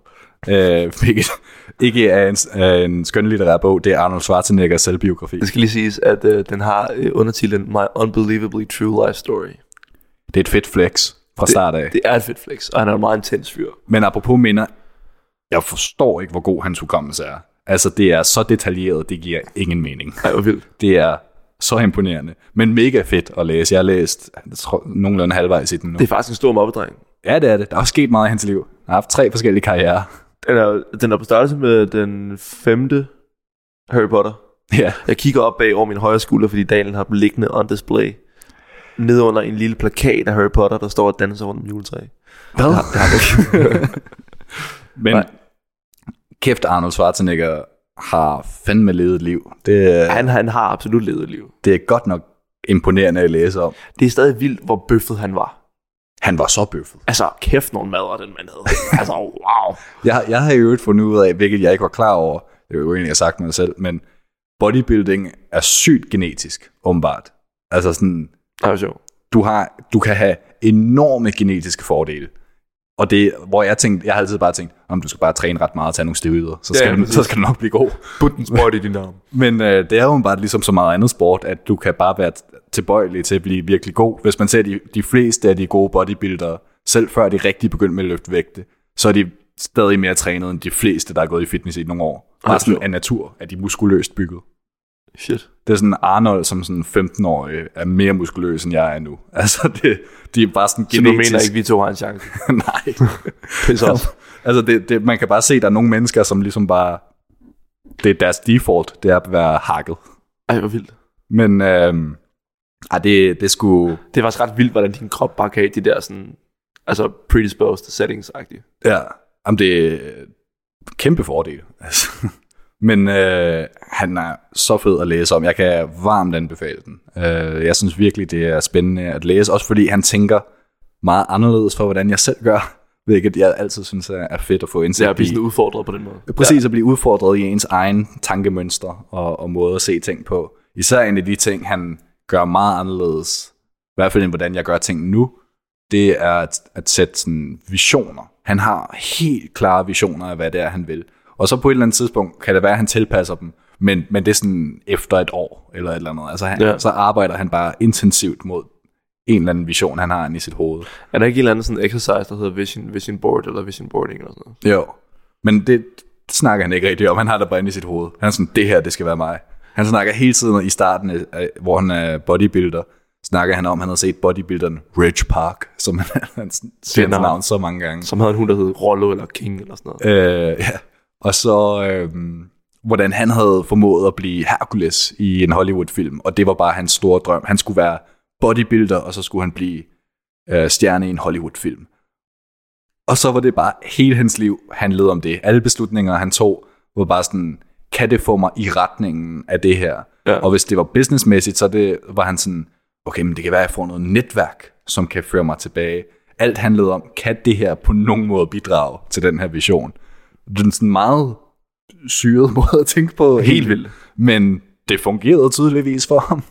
Ikke af en skønlitterær bog. Det er Arnold Schwarzeneggers selvbiografi. Det skal lige siges, at den har undertitlen My Unbelievably True Life Story. Det er et fedt flex fra start af. Det er et fedt flex, og han er en meget intens fyr. Men apropos minder, jeg forstår ikke, hvor god hans hukommelse er. Altså, det er så detaljeret, det giver ingen mening. Ej, hvor vildt. Det er så imponerende, men mega fedt at læse. Jeg har læst nogenlunde halvvejs i den nu. Det er faktisk en stor mobbedreng. Ja, det er det. Der er også sket meget i hans liv. Han har haft 3 forskellige karrierer. Den er på størrelse med den 5. Harry Potter. Ja. Jeg kigger op bag over min højre skulder, fordi Daniel har dem liggende on display. Nede under en lille plakat af Harry Potter, der står og danser rundt om juletræ. Hvad? Det har men kæft, Arnold Schwarzenegger har fandme levet et liv. Han har absolut levet et liv. Det er godt nok imponerende at læse om. Det er stadig vildt, hvor bøffet han var. Han var så bøffet. Altså, kæft nogle madder, den mand havde. Altså, wow. Jeg har jo fundet ud af, hvilket jeg ikke var klar over. Det er jo egentlig, jeg har sagt mig selv, men bodybuilding er sygt genetisk, åbenbart. Altså sådan... Det er sjovt. du kan have enorme genetiske fordele. Og det, hvor jeg har altid bare tænkt, om du skal bare træne ret meget og tage nogle steroider, så skal du nok blive god. Put en sport i din arm. Men det er jo bare ligesom så meget andet sport, at du kan bare være tilbøjelig til at blive virkelig god. Hvis man ser de fleste af de gode bodybuildere, selv før de rigtig begyndte med at løfte vægte, så er de stadig mere trænet end de fleste, der er gået i fitness i nogle år. Bare sådan af natur, at de muskuløst bygget. Shit. Det er sådan Arnold som sådan 15-årig er mere muskuløs, end jeg er nu. Altså, de er bare sådan genetisk. Så du mener ikke, vi to har en chance? Nej. Altså, man kan bare se, at der er nogle mennesker, som ligesom bare... Det er deres default, det er at være hakket. Ej, hvor vildt. Men det skulle... Det er faktisk ret vildt, hvordan din krop bare kan have de der sådan... Altså, predisposed settings-agtige. Ja, jamen det er kæmpe fordel. Altså. Men han er så fed at læse om. Jeg kan varmt anbefale den. Jeg synes virkelig, det er spændende at læse. Også fordi han tænker meget anderledes for, hvordan jeg selv gør. Hvilket jeg altid synes er fedt at få indsigt i. at blive sådan udfordret på den måde. Præcis, at blive udfordret i ens egen tankemønster og måde at se ting på. Især en af de ting, han gør meget anderledes, i hvert fald end hvordan jeg gør ting nu, det er at sætte sådan visioner. Han har helt klare visioner af, hvad det er, han vil. Og så på et eller andet tidspunkt kan det være, at han tilpasser dem, men det er sådan efter et år eller et eller andet. Altså så arbejder han bare intensivt mod en eller anden vision, han har i sit hoved. Er der ikke en eller anden sådan exercise, der hedder vision board eller vision boarding eller sådan noget? Jo, men det snakker han ikke rigtig om. Han har det bare inde i sit hoved. Han er sådan, det her, det skal være mig. Han snakker hele tiden i starten, hvor han er bodybuilder, snakker han om, han havde set bodybuilderen Rich Park, som han siger hans navn så mange gange. Som havde en hund, der hed Rollo eller King eller sådan noget. Ja. Og så hvordan han havde formået at blive Hercules i en Hollywood-film, og det var bare hans store drøm. Han skulle være bodybuilder, og så skulle han blive stjerne i en Hollywood-film. Og så var det bare hele hans liv handlede om det. Alle beslutninger, han tog, var bare sådan, kan det få mig i retningen af det her? Ja. Og hvis det var businessmæssigt, så var han sådan, okay, men det kan være, at jeg får noget netværk, som kan føre mig tilbage. Alt handlede om, kan det her på nogen måde bidrage til den her vision? Det er sådan meget syret måde at tænke på. Helt vildt. Men det fungerede tydeligvis for ham.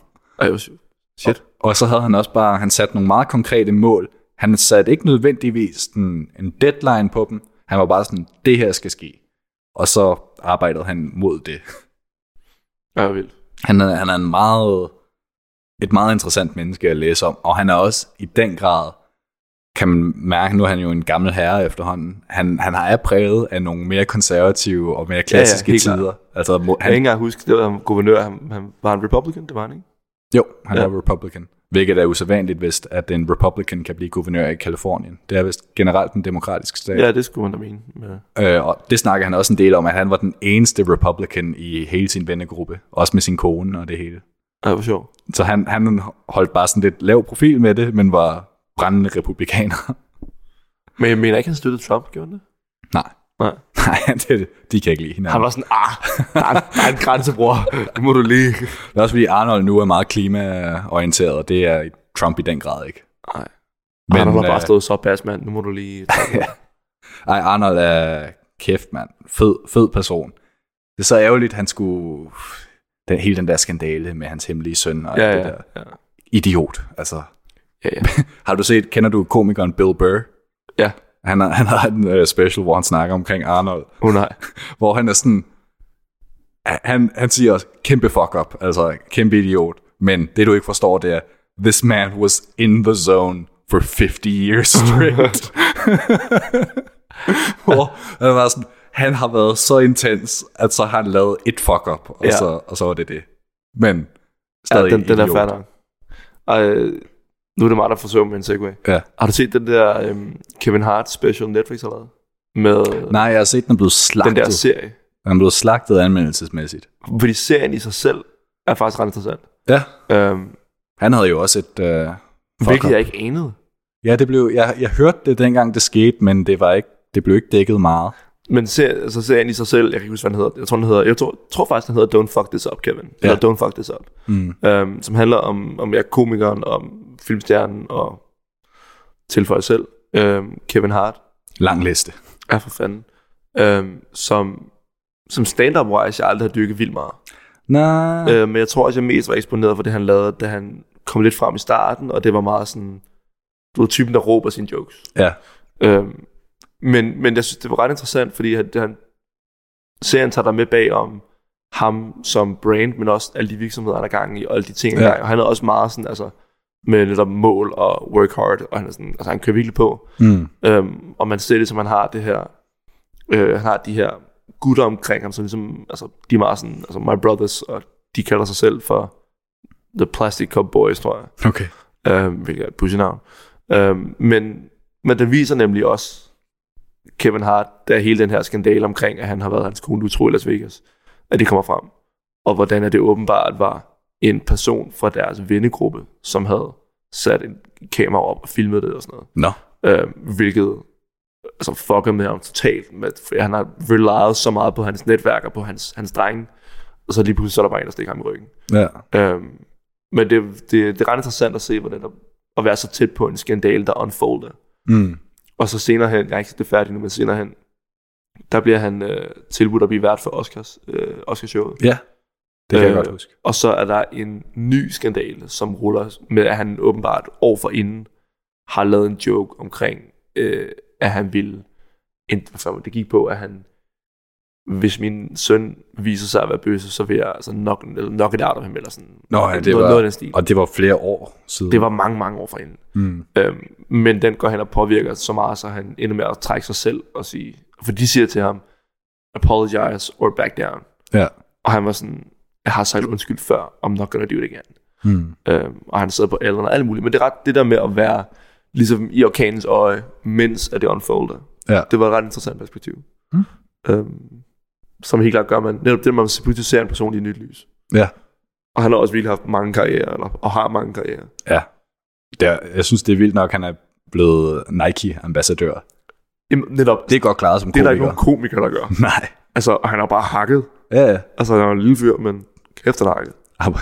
Shit. Og så havde han også bare, han sat nogle meget konkrete mål. Han satte ikke nødvendigvis en deadline på dem. Han var bare sådan, det her skal ske. Og så arbejdede han mod det. Ja, vildt. Han er et meget interessant menneske at læse om. Og han er også i den grad, kan man mærke, nu er han jo en gammel herre efterhånden. Han er præget af nogle mere konservative og mere klassiske tider. Altså, jeg kan ikke engang huske, det var guvernør, han var en Republican, det var han ikke? Jo, han er Republican. Hvilket er usædvanligt, hvis at en Republican kan blive guvernør i Kalifornien. Det er vist generelt en demokratisk stat. Ja, det skulle man da mene. Ja. Og det snakker han også en del om, at han var den eneste Republican i hele sin vennegruppe. Også med sin kone og det hele. Ja, hvor sjovt. Så han holdt bare sådan lidt lav profil med det, men var brændende republikaner. Men jeg mener ikke, han støttede Trump, gjorde han det? Nej, de kan ikke lide hinanden. Han var sådan, der er en grænse, bror. Det må du lige. Det er også fordi Arnold nu er meget klimaorienteret, og det er Trump i den grad ikke. Nej. Men Arnold har bare stået så pas, mand. Nu må du lige. Ej, Arnold er kæft, mand. Fed person. Det er så ærgerligt, han skulle... hele den der skandale med hans hemmelige søn og alt det der. Ja. Idiot, altså. Ja. Kender du komikeren Bill Burr? Ja. Han har en special, hvor han snakker omkring Arnold. Nej. Hvor han er sådan... Han siger også, kæmpe fuck up, altså kæmpe idiot. Men det du ikke forstår, det er, this man was in the zone for 50 years straight. Hvor han var sådan, han har været så intens, at så har han lavet et fuck up, og så var det. Men stadig den er fair nok. Nu er det mig, der forsøger med en segway. Ja. Har du set den der Kevin Hart special Netflix har lavet? Nej, jeg har set den blevet slagtet. Den der serie. Den er blevet slagtet anmeldelsesmæssigt. Fordi serien i sig selv er faktisk ret interessant. Ja. Han havde jo også et hvilket jeg ikke anede. Ja, det blev, jeg hørte det dengang det skete, men det blev ikke dækket meget. Men serien i sig selv, jeg kan ikke huske, hvad den hedder. Jeg tror faktisk, den hedder Don't Fuck This Up, Kevin. Ja. Eller Don't Fuck This Up. Som handler om komikeren, om filmstjernen og tilføjer selv. Kevin Hart. Lang liste. Ja, for fanden. Som stand-up-wise, jeg aldrig har dykket vildt meget. Nej. Men jeg tror også, jeg mest var eksponeret for det, han lavede, da han kom lidt frem i starten, og det var meget sådan, du var typen, der råber sine jokes. Ja. Men jeg synes, det var ret interessant, fordi serien tager dig med bag om ham som brand, men også alle de virksomheder, han er gang i, og alle de ting, han er gang i. Og han er også meget sådan, altså, med lidt om mål og work hard, og han er sådan, altså han kører virkelig på. Og man ser det, som han har det her, han har de her gutter omkring ham, så ligesom, altså, de er meget sådan, altså my brothers, og de kalder sig selv for The Plastic Cup Boys, tror jeg. Okay. Hvilket er et pussy navn. Men den viser nemlig også Kevin Hart, der er hele den her skandale omkring, at han har været hans kone utro i Las Vegas, at det kommer frem. Og hvordan er det åbenbart var en person fra deres vennegruppe, som havde sat en kamera op og filmet det og sådan noget. Hvilket altså fucker med ham totalt, for han har relied så meget på hans netværk og på hans drenge, og så lige pludselig så er der bare en, der stikker ham i ryggen. Men det er ret interessant at se, hvordan at være så tæt på en skandale, der unfolder. Og så senere hen, jeg er ikke det færdigt nu, men senere hen, der bliver han tilbudt at blive vært for Oscarshowet. Ja, det kan jeg godt huske. Og så er der en ny skandale, som ruller med, at han åbenbart år for inden har lavet en joke omkring, at han ville, det gik på, at han, hvis min søn viser sig at være bøsse, så vil jeg altså knock it out of ham, eller sådan. Noget af den stil. Og det var flere år siden. Det var mange, mange år forinden. Men den går hen og påvirker så meget, så han ender med at trække sig selv og sige, for de siger til ham, apologize or back down. Ja. Og han var sådan, jeg har sagt undskyld før, I'm not gonna do it again. Og han sidder på Ellen og alt muligt. Men det er ret det der med at være ligesom i orkanens øje, mens at det unfolder. Ja. Det var et ret interessant perspektiv. Som helt klart gør man netop det, man pludselig ser en person i nyt lys. Ja. Og han har også virkelig haft mange karrierer, og har mange karrierer. Ja. Jeg synes, det er vildt nok, han er blevet Nike-ambassadør. Jamen, netop. Det er godt klaret som komiker. Det er der ikke nogen komiker, der gør. Nej. Altså, han har bare hakket. Ja. Altså, han er en lille fyr, men kæft, han har hakket.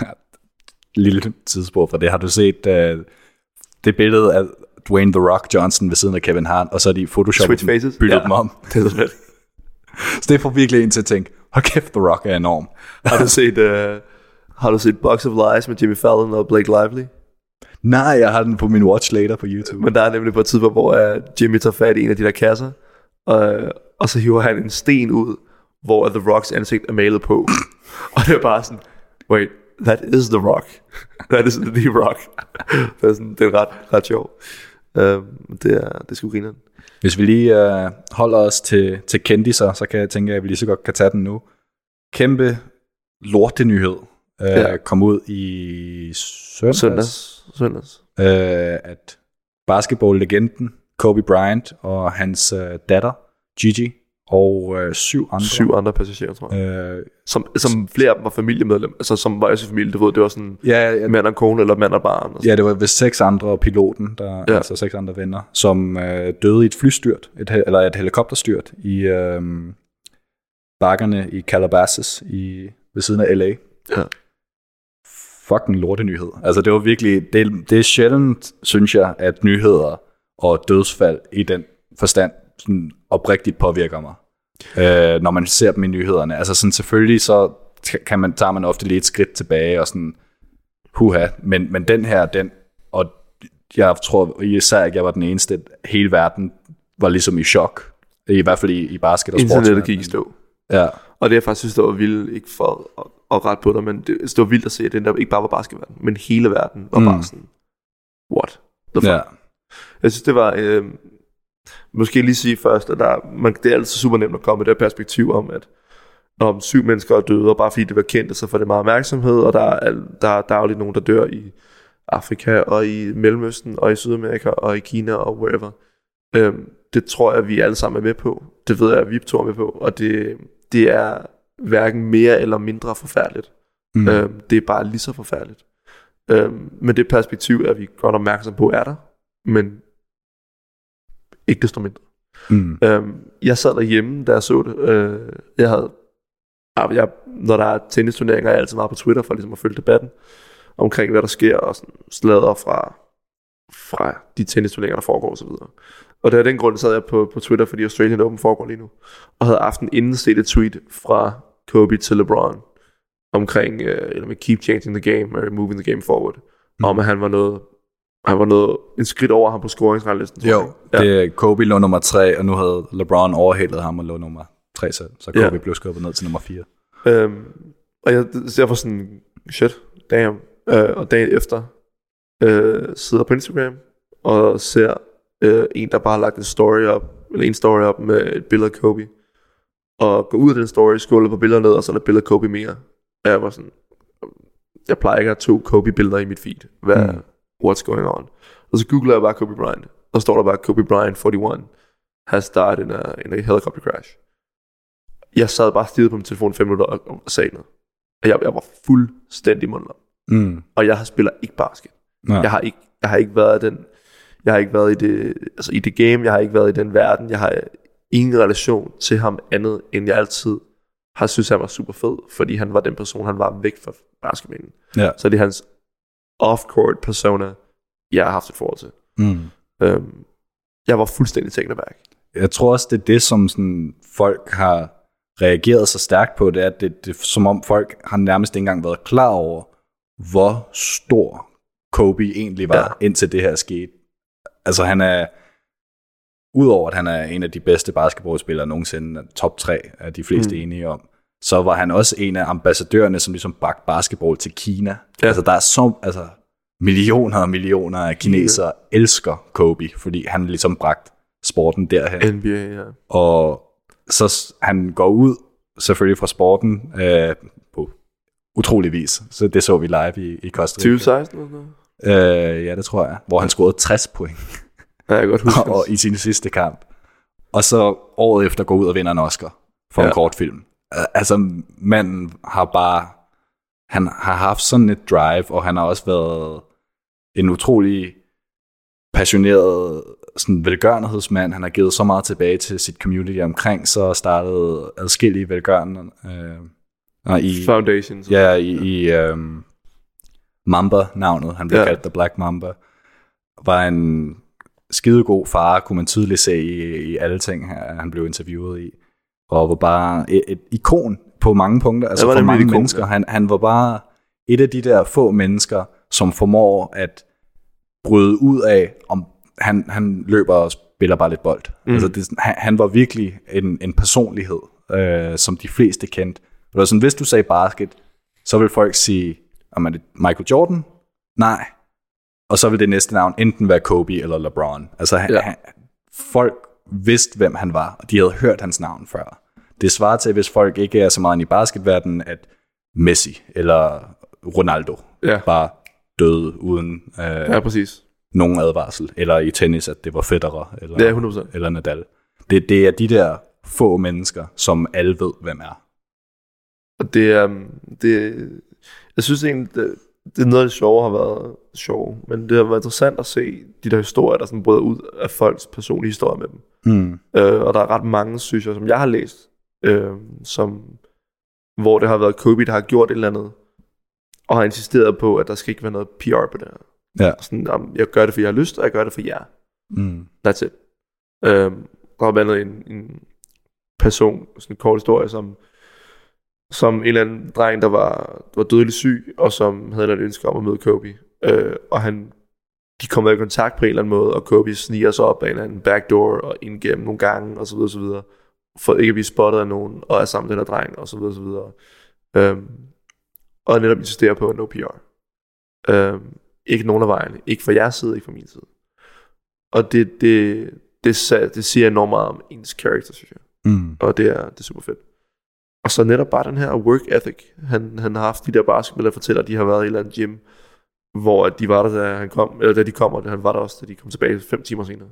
Lille tidsspor fra det. Har du set det billede af Dwayne The Rock Johnson ved siden af Kevin Hart, og så er de photoshoppet byttet dem om? Det er så fedt. Så det får virkelig en til at tænke, hold kæft, The Rock er enorm. Har du set Box of Lies med Jimmy Fallon og Blake Lively? Nej, jeg har den på min watch later på YouTube. Men der er nemlig på et tidspunkt, hvor Jimmy tager fat i en af de der kasser, og så hiver han en sten ud, hvor The Rocks ansigt er malet på. Og det er bare sådan, wait, that is The Rock. That is The Rock. Det er ret sjovt. Det er sgu grineren. Hvis vi lige holder os til kendiser, så kan jeg tænke, at vi lige så godt kan tage den nu. Kæmpe lortenyhed kom ud i søndags. At basketball-legenden Kobe Bryant og hans datter Gigi og 7 andre passagerer, tror jeg. Som flere af dem var familiemedlem, altså som var også familie, det var sådan mand og kone eller mand og barn. Ja, det var vist 6 andre og piloten, altså 6 andre venner, som døde i et flystyrt, eller et helikopterstyrt i bakkerne i Calabasas ved siden af LA. Ja. Fucking lortenyhed. Altså det var virkelig, det er sjældent, synes jeg, at nyheder og dødsfald i den forstand sådan oprigtigt påvirker mig, når man ser dem i nyhederne. Altså sådan selvfølgelig så tager man ofte lige et skridt tilbage og sådan men den her, og jeg tror især ikke jeg var den eneste, hele verden var ligesom i chok, i hvert fald i basket og sport. Internettet gik i stå. Ja. Og det jeg faktisk synes, det var vildt, ikke for at rette på dig, men det var vildt at se, at den der ikke bare var basketverden, men hele verden var bare sådan, what the fuck? Ja. Jeg synes, det var, måske lige sige først, at det er altid super nemt at komme med det perspektiv om, at om 7 mennesker er døde, og bare fordi det var kendt, så får det meget opmærksomhed, og der er jo lidt nogen, der dør i Afrika, og i Mellemøsten, og i Sydamerika, og i Kina, og wherever. Det tror jeg, vi alle sammen er med på. Det ved jeg, at vi to er med på, og det er hverken mere eller mindre forfærdeligt. Det er bare lige så forfærdeligt. Men det perspektiv er vi godt opmærksom på er der, men ikke desto mindre. Jeg sad derhjemme, da jeg så det. Når der er tennisturneringer, er jeg altid meget på Twitter for ligesom at følge debatten omkring, hvad der sker, og sådan sladder fra de tennisturneringer, der foregår og så videre. Og det er den grund, sad jeg på Twitter, fordi Australian Open foregår lige nu, og havde aften inden set et tweet fra Kobe til LeBron omkring keep changing the game or moving the game forward. om at han var noget en skridt over ham på scoringsranglisten. Jo, det Kobe lå nummer 3, og nu havde LeBron overhældet ham og lå nummer 3, så Kobe blev skubbet ned til nummer 4. Og jeg var sådan, shit, damn. Og dagen efter sidder på Instagram og ser en, der bare har lagt en story op med et billede af Kobe. Og går ud af den story, scroller på billeder ned, og så er der billeder af Kobe mere. Og jeg var sådan, jeg plejer ikke at have 2 Kobe-billeder i mit feed. What's going on? Og så googler jeg bare Kobe Bryant. Og så står der bare, Kobe Bryant 41 has died in a helicopter crash. Jeg sad bare stirret på min telefon 5 minutter og sagde noget. Jeg var fuldstændig mundlam. Og jeg spiller ikke basket. Jeg har ikke været i den. Jeg har ikke været i det, altså i det game. Jeg har ikke været i den verden. Jeg har ingen relation til ham andet, end jeg altid har synes han var super fed, fordi han var den person, han var væk fra basketballen. Ja. Så det er hans off-court persona, jeg har haft et forhold til. Jeg var fuldstændig taken aback. Jeg tror også, det er det, som sådan, folk har reageret så stærkt på, det er, at det som om folk har nærmest ikke engang været klar over, hvor stor Kobe egentlig var, indtil det her skete. Altså han er, udover at han er en af de bedste basketballspillere nogensinde, top 3 er de fleste enige om, så var han også en af ambassadørerne, som ligesom bragte basketball til Kina. Ja. Altså der er millioner og millioner af kinesere elsker Kobe, fordi han ligesom bragte sporten derhen. NBA, ja. Og så han går ud selvfølgelig fra sporten på utrolig vis. Så det så vi live i Costa Rica. 2016 eller noget? Ja, det tror jeg. Hvor han scorede 60 point. Ja, jeg kan godt huske. Og i sin sidste kamp. Og så året efter går ud og vinder en Oscar for en kortfilm. Altså, manden har bare... Han har haft sådan et drive, og han har også været en utrolig passioneret sådan velgørenhedsmand. Han har givet så meget tilbage til sit community omkring, så startede adskillige velgørende i Foundations. Ja, i Mamba-navnet. Han blev kaldt The Black Mamba. Var en skidegod far, kunne man tydeligt se i alle ting, han blev interviewet i. Og var bare et ikon på mange punkter, altså for mange mennesker. Han var bare et af de der få mennesker, som formår at bryde ud af, om han løber og spiller bare lidt bold. Altså han var virkelig en personlighed, som de fleste kendte. Det var sådan, hvis du sagde basket, så vil folk sige, om det Michael Jordan? Nej. Og så vil det næste navn enten være Kobe eller LeBron. Altså folk vidste, hvem han var, og de havde hørt hans navn før. Det svarer til, hvis folk ikke er så meget i basketverdenen, at Messi eller Ronaldo bare døde uden præcis. Nogen advarsel. Eller i tennis, at det var Federer eller Nadal. Det er de der få mennesker, som alle ved, hvem er. Og jeg synes egentlig, det er noget af det sjove har været sjove, men det har været interessant at se de der historier, der sådan bryder ud af folks personlige historier med dem. Og der er ret mange, synes jeg, som jeg har læst, hvor det har været Kobe, der har gjort et eller andet, og har insisteret på, at der skal ikke være noget PR på det her. Ja. Sådan, jeg gør det, for jeg har lyst, og jeg gør det for jer. That's it. Der har været en person, sådan en kort historie, som en eller anden dreng, der var dødeligt syg, og som havde et ønske om at møde Kobe. Og de kommer i kontakt på en eller anden måde, og Kobe sniger sig op af en eller anden backdoor, og ind gennem nogle gange, og så videre, så videre, for ikke at blive spottet af nogen, og er sammen med den her dreng, og så videre, så videre. Og netop insisterer på no PR. Ikke nogen af vejene. Ikke fra jeres side, ikke fra min side. Og det siger enormt meget om ens character, synes jeg. Og det er super fedt. Og så netop bare den her work ethic, han har haft. De der basketballere, der fortæller, at de har været i et eller andet gym, hvor de var der, da han kom, eller da de kom, og han var der også, da de kom tilbage 5 timer senere.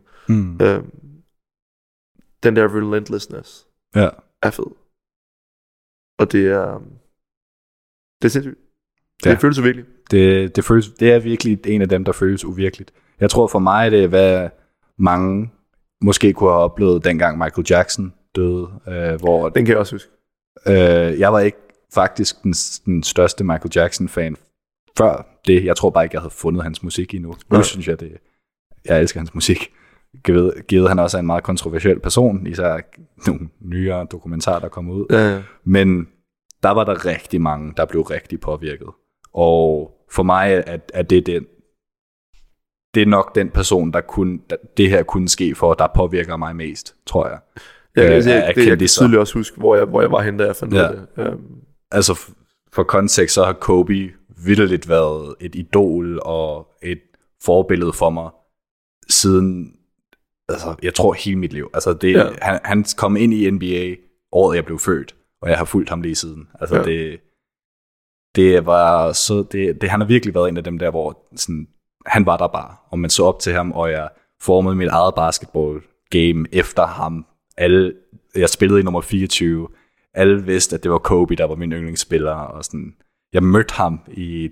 Den der relentlessness er fed. Og det er sindssygt. Det føles uvirkeligt. Det er virkelig en af dem, der føles uvirkeligt. Jeg tror for mig, det er, hvad mange måske kunne have oplevet, dengang Michael Jackson døde. Hvor den kan jeg også huske. Jeg var ikke faktisk den største Michael Jackson-fan før det. Jeg tror bare ikke, jeg havde fundet hans musik endnu. Nu synes jeg, jeg elsker hans musik. Givet han også er en meget kontroversiel person, især nogle nyere dokumentarer, der kommer ud. Men der var der rigtig mange, der blev rigtig påvirket. Og for mig er det er nok den person, det her kunne ske for, der påvirker mig mest, tror jeg. Jeg kan tydeligt også huske, hvor jeg var henne, da jeg fandt ud af det. Altså for kontekst, så har Kobe vitterligt været et idol og et forbillede for mig siden, altså jeg tror hele mit liv. Altså han kom ind i NBA året jeg blev født, og jeg har fulgt ham lige siden. Altså det var så han har virkelig været en af dem der, hvor sådan, han var der bare, og man så op til ham, og jeg formede mit eget basketball game efter ham. Jeg spillede i nummer 24. Alle vidste, at det var Kobe, der var min yndlingsspiller, og sådan. Jeg mødte ham i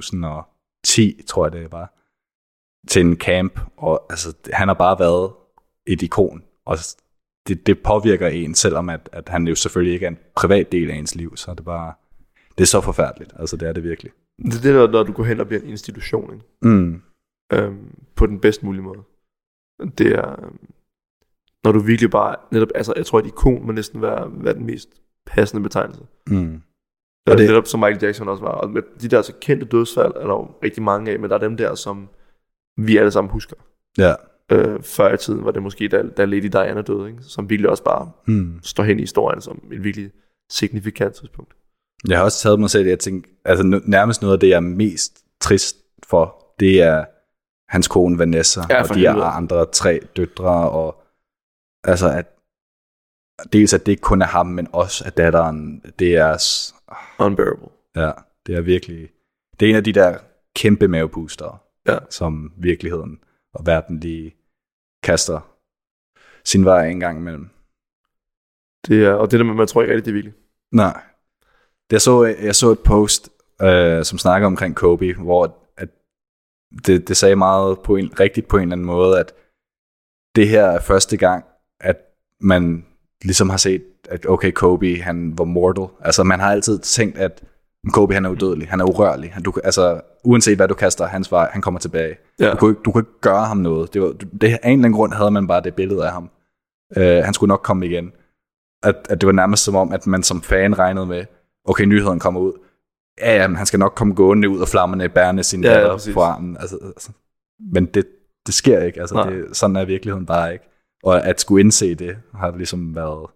2010, tror jeg det var, til en camp, og altså, han har bare været et ikon, og det påvirker en, selvom at han jo selvfølgelig ikke er en privat del af ens liv, så det er så forfærdeligt, altså det er det virkelig. Det er det, når du går hen og bliver en institution, ikke? På den bedst mulige måde. Det er, når du virkelig bare, netop, altså jeg tror, at ikon må næsten være den mest passende betegnelse. Og det netop som Michael Jackson også var. Og med de der så kendte dødsfald er der jo rigtig mange af, men der er dem der, som vi alle sammen husker. Ja. Før i tiden var det måske, da Lady Diana døde, ikke? Som virkelig også bare står hen i historien som en virkelig signifikant tidspunkt. Jeg har også taget mig selv, jeg tænker, altså nærmest noget af det, jeg er mest trist for, det er hans kone Vanessa, og de andre 3 døtre, og altså at dels at det ikke kun er ham, men også at datteren, det er unbearable. Ja, det er virkelig, det er en af de der kæmpe mavebooster, som virkeligheden og verden lige kaster sin vej en gang imellem. Det er, og det der med, man tror ikke rigtig, det er virkelig. Nej. Jeg så et post, som snakker omkring Kobe, hvor at det sagde meget rigtigt på en eller anden måde, at det her er første gang, at man ligesom har set, at okay, Kobe, han var mortal. Altså man har altid tænkt, at Kobe, han er udødelig, han er urørlig. Altså uanset hvad du kaster hans vej, han kommer tilbage. Ja. Du kunne ikke gøre ham noget. Af en eller anden grund havde man bare det billede af ham. Han skulle nok komme igen. At det var nærmest som om, at man som fan regnede med, okay, nyheden kommer ud. Ja, han skal nok komme gående ud af flammerne, bærende sin datter på armen. Altså, men det sker ikke. Altså, sådan er virkeligheden bare ikke. Og at skulle indse det, har ligesom været,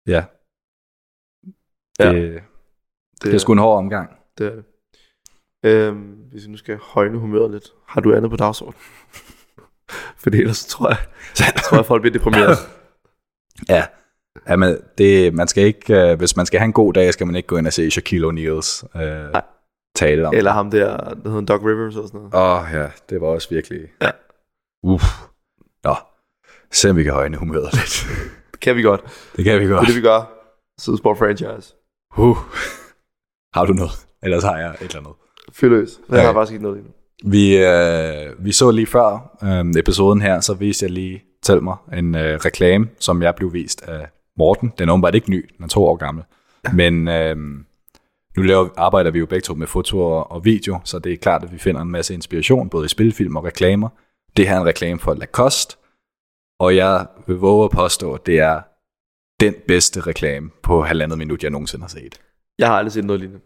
det er sgu en hård omgang. Det er det. Hvis vi nu skal højne humøret lidt, har du andet på dagsordenen? For ellers så tror jeg, folk bliver deprimeret. Ja. Jamen, man skal ikke, hvis man skal have en god dag, skal man ikke gå ind og se Shaquille O'Neals tale om. Eller ham der hedder Doc Rivers og sådan noget. Ja, det var også virkelig. Ja. Nå, se om vi kan højne humøret lidt. Det kan vi godt. Det kan vi godt. Det er det, vi gør. Sidesport franchise. Har du noget? Ellers har jeg et eller andet. Fyr løs. Jeg har faktisk ikke noget endnu. Vi så lige før episoden her, så viste jeg lige til mig en reklame, som jeg blev vist af Morten. Den er åbenbart ikke ny, den er 2 år gammel. Men nu arbejder vi jo begge to med foto og video, så det er klart, at vi finder en masse inspiration, både i spilfilm og reklamer. Det her er en reklame for Lacoste, og jeg vil våge at påstå, at det er den bedste reklame på 1,5 minut, jeg nogensinde har set. Jeg har aldrig set noget lignende.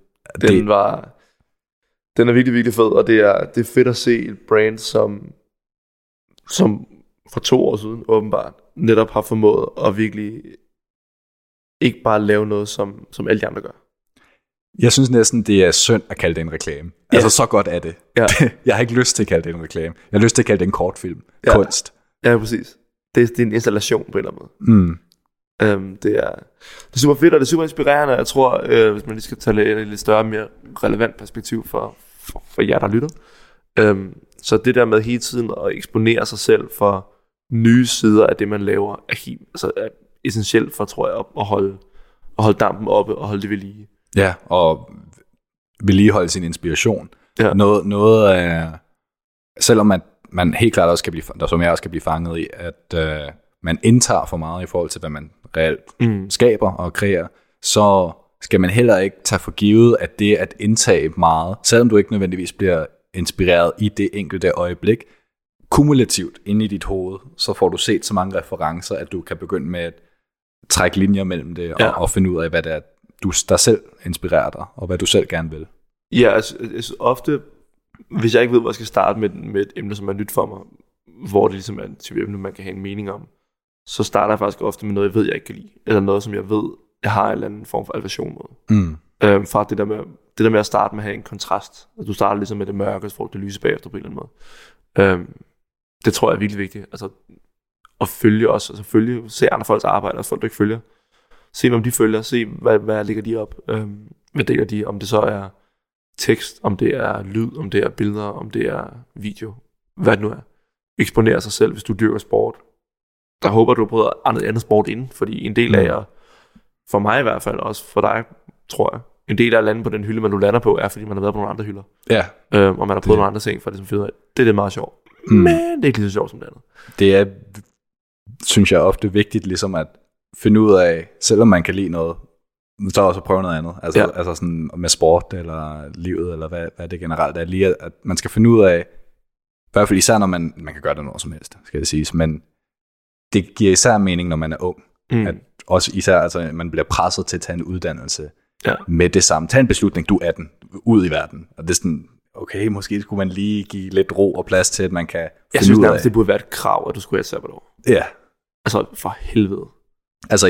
Den er virkelig, virkelig fed, og det er fedt at se et brand, som for 2 år siden åbenbart netop har formået at virkelig ikke bare lave noget, som alle de andre gør. Jeg synes næsten, det er synd at kalde det en reklame. Ja. Altså, så godt er det. Ja. Jeg har ikke lyst til at kalde det en reklame. Jeg har lyst til at kalde det en kortfilm. Ja. Kunst. Ja, præcis. Det er en installation på en eller anden måde. Det er super fedt, og det er super inspirerende. Jeg tror, hvis man lige skal tage et lidt større, mere relevant perspektiv for jer, der lytter. Så det der med hele tiden at eksponere sig selv for nye sider af det, man laver, er essentielt for, tror jeg, at holde dampen oppe og holde det ved lige. Ja, og vedligeholde sin inspiration. Ja. Noget af, selvom at man helt klart også kan blive, som jeg også kan blive fanget i, at man indtager for meget i forhold til, hvad man reelt skaber og kreerer, så skal man heller ikke tage for givet, at det at indtage meget, selvom du ikke nødvendigvis bliver inspireret i det enkelte øjeblik, kumulativt inde i dit hoved, så får du set så mange referencer, at du kan begynde med at trække linjer mellem det, og finde ud af, hvad det er, der selv inspirerer dig, og hvad du selv gerne vil. Ja, altså ofte hvis jeg ikke ved, hvor jeg skal starte med et emne, som er nyt for mig, hvor det ligesom er et type emne, man kan have en mening om, så starter jeg faktisk ofte med noget, jeg ved, jeg ikke kan lide, eller noget, som jeg ved, jeg har en eller anden form for aversion mod. Fra det der med at starte med at have en kontrast. Altså, du starter ligesom med det mørke, så får du det lyse bagefter på en eller anden måde. Det tror jeg er virkelig vigtigt. Altså, at følge også, altså følge, se andre folks arbejde, og folk du ikke følger. Se, hvem de følger, se, hvad ligger de op, hvad deler de, om det så er tekst, om det er lyd, om det er billeder, om det er video, hvad det nu er. Eksponere sig selv, hvis du dyrker sport. Der håber du prøver andet sport inden, fordi en del af jer, for mig i hvert fald, også for dig, tror jeg, en del af at lande på den hylde, man nu lander på, er fordi man har været på nogle andre hylder. Ja. Og man har prøvet nogle andre ting, for det som finder ud af. Det er meget sjovt. Men det er ikke lige så sjovt som det andet. Det er, synes jeg, ofte vigtigt ligesom at finde ud af, selvom man kan lide noget, så også prøve noget andet. Altså sådan med sport eller livet, eller hvad det generelt er. Lige at man skal finde ud af, i hvert fald især når man kan gøre det noget som helst, skal det siges, men det giver især mening, når man er ung. At også især, altså man bliver presset til at tage en uddannelse med det samme. Tag en beslutning, du er 18, ud i verden. Og det er sådan, okay, måske skulle man lige give lidt ro og plads til, at man kan finde ud af. Jeg synes nærmest, det burde være et krav, at du skulle have et sabbatår. Ja. Altså, for helvede. Altså,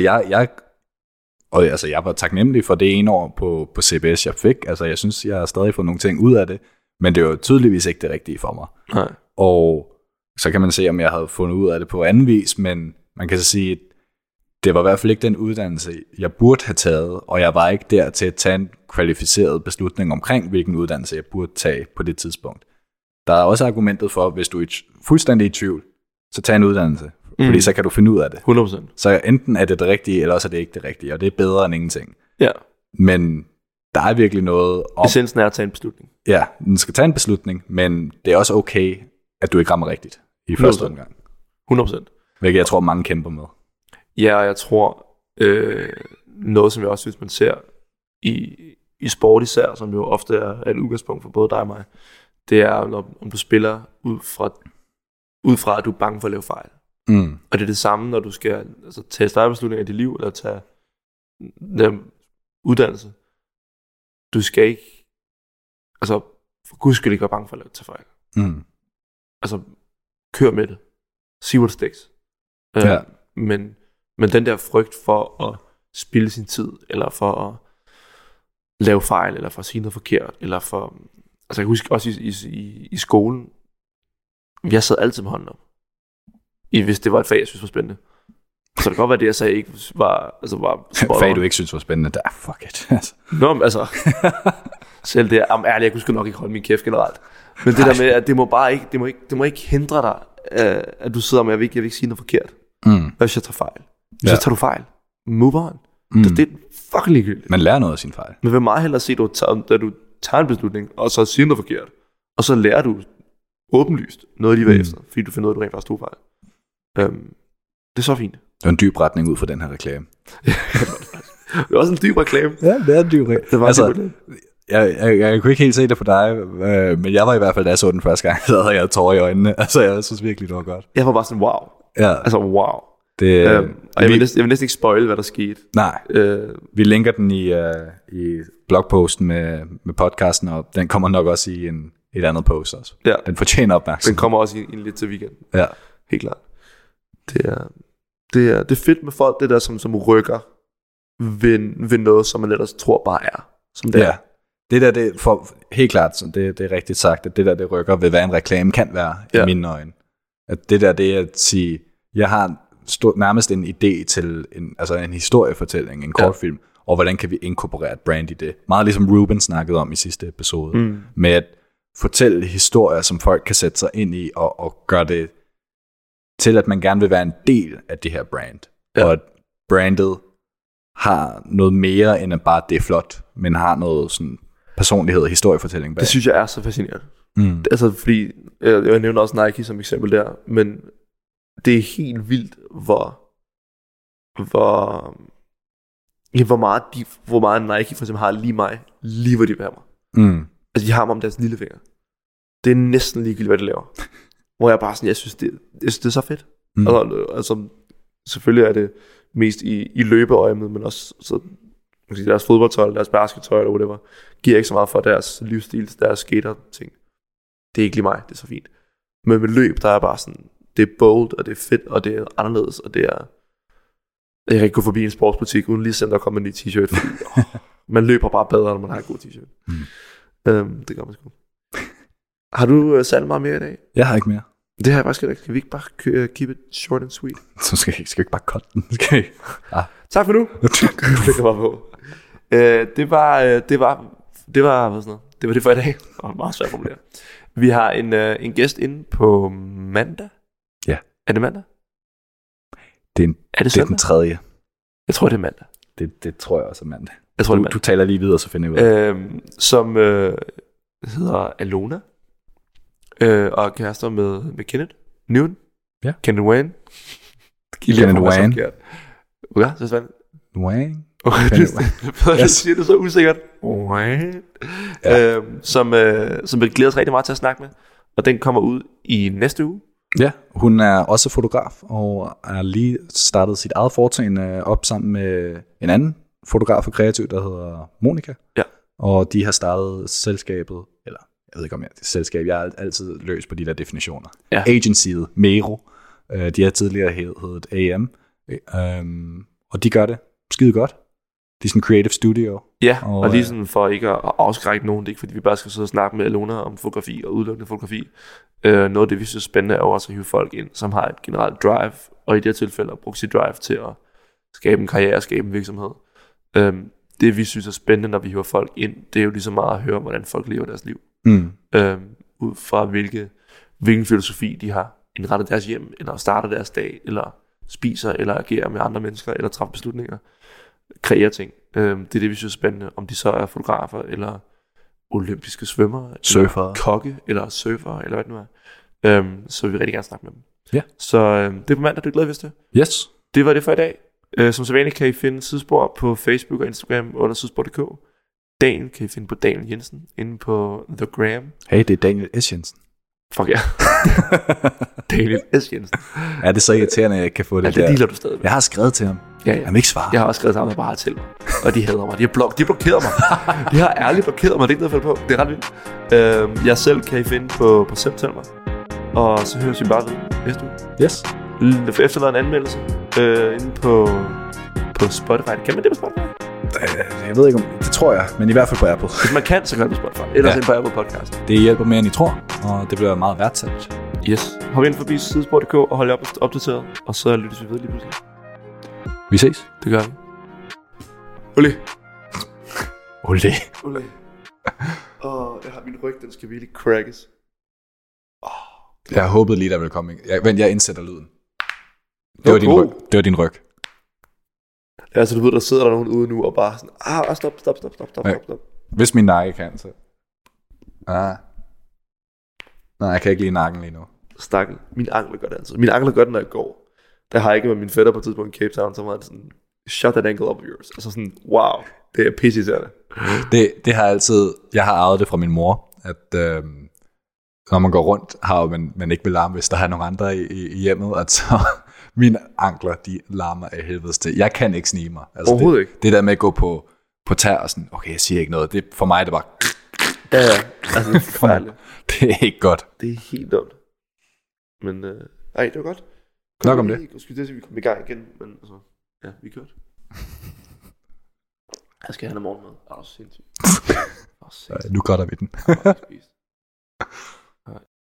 jeg var taknemmelig for det ene år på CBS, jeg fik. Altså, jeg synes, jeg har stadig fået nogle ting ud af det, men det var tydeligvis ikke det rigtige for mig. Nej. Og så kan man se, om jeg havde fundet ud af det på anden vis, men man kan så sige, at det var i hvert fald ikke den uddannelse, jeg burde have taget, og jeg var ikke der til at tage en kvalificeret beslutning omkring, hvilken uddannelse jeg burde tage på det tidspunkt. Der er også argumentet for, hvis du er fuldstændig i tvivl, så tag en uddannelse, fordi så kan du finde ud af det. 100%. Så enten er det det rigtige, eller også er det ikke det rigtige, og det er bedre end ingenting. Ja. Men der er virkelig noget om... Essensen er at tage en beslutning. Ja, den skal tage en beslutning, men det er også okay, at du ikke rammer rigtigt i første omgang. 100%. Hvilket jeg tror, mange kæmper med. Ja, og jeg tror, noget som jeg også synes, man ser i sport især, som jo ofte er et udgangspunkt for både dig og mig, det er, om du spiller ud fra, at du er bange for at lave fejl. Og det er det samme, når du skal tage større beslutninger i dit liv, eller tage uddannelse. Du skal ikke, altså for guds skyld ikke være bange for at tage fejl. Altså, kør med det. See what sticks. Ja. Men den der frygt for at spilde sin tid, eller for at lave fejl, eller for at sige noget forkert, eller for... Altså jeg husker også i skolen, jeg sad altid med hånden op. Hvis det var et fag, jeg synes var spændende. Så det kan godt være, det jeg sagde ikke var fag, du ikke synes var spændende, der fuck it. Nå, men altså... selv det, ærligt, jeg kunne sgu nok ikke holde min kæft generelt. Men det der med, at det må ikke hindre dig, at du sidder med, jeg vil ikke sige noget forkert. Hvis jeg tager fejl. Så tager du fejl. Move on. Det er fucking ligegyldigt. Man lærer noget af sin fejl. Men vil meget hellere se, at du tager en beslutning, og så siger noget forkert, og så lærer du åbenlyst noget lige efter, fordi du finder ud af, at du rent faktisk tog fejl. Det er så fint. Det er en dyb retning ud for den her reklame. Det er også en dyb reklame. Ja, det er en dyb reklame. Altså, jeg kunne ikke helt se det på dig, men jeg var i hvert fald, da jeg så den første gang, så havde jeg tårer i øjnene. Altså, jeg synes virkelig, det var godt. Jeg var bare sådan, wow. Ja. Altså, wow. Det, og jeg vil næsten ikke spoil, hvad der skete. Nej, vi linker den i blogposten med podcasten, og den kommer nok også i et andet post også. Ja. Den fortjener opmærksomhed. Den kommer også i lidt til weekenden. Ja. Helt klart. Det er fedt med folk, det der som rykker ved noget, som man ellers tror bare er, som det er. Det der, det for helt klart, det er rigtigt sagt, at det der, det rykker ved, hvad en reklame kan være, i mine øjne. At det der, det er at sige, jeg har nærmest en idé til en historiefortælling, en kortfilm, og hvordan kan vi inkorporere et brand i det. Meget ligesom Ruben snakkede om i sidste episode, med at fortælle historier, som folk kan sætte sig ind i, og gøre det til, at man gerne vil være en del af det her brand. Ja. Og at brandet har noget mere, end at bare det er flot, men har noget sådan personlighed og historiefortælling bag. Det synes jeg er så fascinerende. Altså, fordi, jeg nævner også Nike som eksempel der, men det er helt vildt, hvor meget Nike for eksempel har lige mig, lige hvor de vil have mig. Altså, de har mig om deres lillefinger. Det er næsten ligegyldigt, hvad de laver. Hvor jeg bare sådan, jeg synes, det er så fedt. Altså, selvfølgelig er det mest i løbeøjemed, men også så, deres fodboldtøj, deres baskettøj eller whatever, giver ikke så meget for deres livsstil, deres skater ting. det er ikke lige mig, det er så fint. Men med løb, der er bare sådan, det er bold, og det er fedt, og det er anderledes, og det er... Jeg kan ikke gå forbi en sportsbutik, uden lige at der kommer en ny t-shirt, fordi man løber bare bedre, når man har en god t-shirt. Det gør man sgu. Har du særlig meget mere i dag? Jeg har ikke mere. Det har jeg faktisk ikke. Skal vi ikke bare keep it short and sweet? Så skal vi ikke bare cut den. Skal vi? Ja. Tak for nu. Det kan bare på. Det var hvad sådan noget. Det var det for i dag. Det var meget svært at formulere. Vi har en gæst inde på mandag. Ja. Er det mandag? Det er den tredje. Jeg tror, det er mandag. Det tror jeg også er mandag. Jeg tror, du taler lige videre, så finder jeg ud af som hedder Alona. Og kærester med Kenneth Newton. Ja. Kenneth Wayne. Kenneth Wayne. Ja, så svært. Wayne. Jeg siger det så usikkert. Wayne. Ja. Som vi glæder os rigtig meget til at snakke med. Og den kommer ud i næste uge. Ja, hun er også fotograf og er lige startet sit eget foretagende op sammen med en anden fotograf og kreativ, der hedder Monika. Ja. Og de har startet selskabet, eller jeg ved ikke om jeg er selskab, jeg er altid løs på de der definitioner. Ja. Agencyet, Mero, de har tidligere heddet AM, og de gør det skide godt. De er sådan en creative studio. Ja, og lige sådan for ikke at afskrække nogen, det er ikke fordi vi bare skal sidde og snakke med Alona om fotografi og udelukkende fotografi. Noget af det, vi synes er spændende, er også at hive folk ind, som har et generelt drive, og i det her tilfælde at bruge sit drive til at skabe en karriere, skabe en virksomhed. Det vi synes er spændende, når vi hiver folk ind, det er jo lige så meget at høre, hvordan folk lever deres liv. Ud fra hvilken filosofi de har indrettet deres hjem, eller starter deres dag, eller spiser, eller agerer med andre mennesker, eller træffer beslutninger, kreerer ting. Det er det, vi synes er spændende, om de så er fotografer, eller olympiske svømmere, surfere, kokke, eller surfere, eller hvad det nu er. Så vil vi rigtig gerne snakke med dem. Ja. Så det er på mandag, det glæder vi os til. Yes. Det var det for i dag. Som sædvanligt kan I finde Sidespor på Facebook og Instagram under sidespor.dk. Daniel kan I finde på Daniel Jensen inde på The Gram. Hey, det er Daniel S. Jensen. Fuck ja. Daniel S. Jensen. Ja, det er så irriterende, at jeg ikke kan få det der. Ja, det dealer du stadig. Jeg har skrevet til ham. Ja. Han vil ikke svare. Jeg har også skrevet til ham, der bare til mig. Og de hader mig. De har blokeret mig. De har ærligt blokeret mig. Det er ikke noget at falde på. Det er ret vildt. Jeg selv kan I finde på September. Og så høres vi bare ved næste uge. Yes. Efterlader en anmeldelse inde på Spotify. Kan man det på Spotify? Jeg ved ikke om det, tror jeg, men i hvert fald på Apple. Hvis man kan, så kan det på Spotify. Ellers ind på Apple Podcast. Det hjælper mere end I tror, og det bliver meget værdsat. Yes. Hop ind forbi sidespor.dk og hold jer opdateret, og så lyttes vi ved lige pludselig. Vi ses. Det gør vi. Ole. Jeg har min ryg, den skal virkelig crackes. Jeg håbede lige, der ville komme. Vent, jeg indsætter lyden. Det var din ryg. Det var din ryg. Ja, altså du ved, der sidder der nogen ude nu og bare sådan, stop. Hvis min nakke kan, så... Nej, jeg kan ikke lide nakken lige nu. Stakkel. Min ankler gør det altså. Min ankler gør det, når jeg går. Der har jeg ikke med min fætter på et tidspunkt i Cape Town, så var det sådan, shut that ankle up of yours. Altså sådan, wow, det er pisseirriterende. Det har altid... Jeg har arvet det fra min mor, at... når man går rundt, har man ikke vil larme, hvis der er nogle andre i hjemmet, at så mine ankler, de larmer af helvedes til. Jeg kan ikke snige mig. Altså overhovedet ikke. Det der med at gå på tær og sådan, okay, jeg siger ikke noget. Det, for mig er det bare... Ja, altså det er forfærdeligt. Det er ikke godt. Det er helt dumt. Men, nej, det var godt. Nok om det. Jeg skulle til at sige, vi kom i gang igen, men altså, ja, vi kørte. Jeg skal have noget morgenmad. Det er sindssygt. Nu cutter vi den.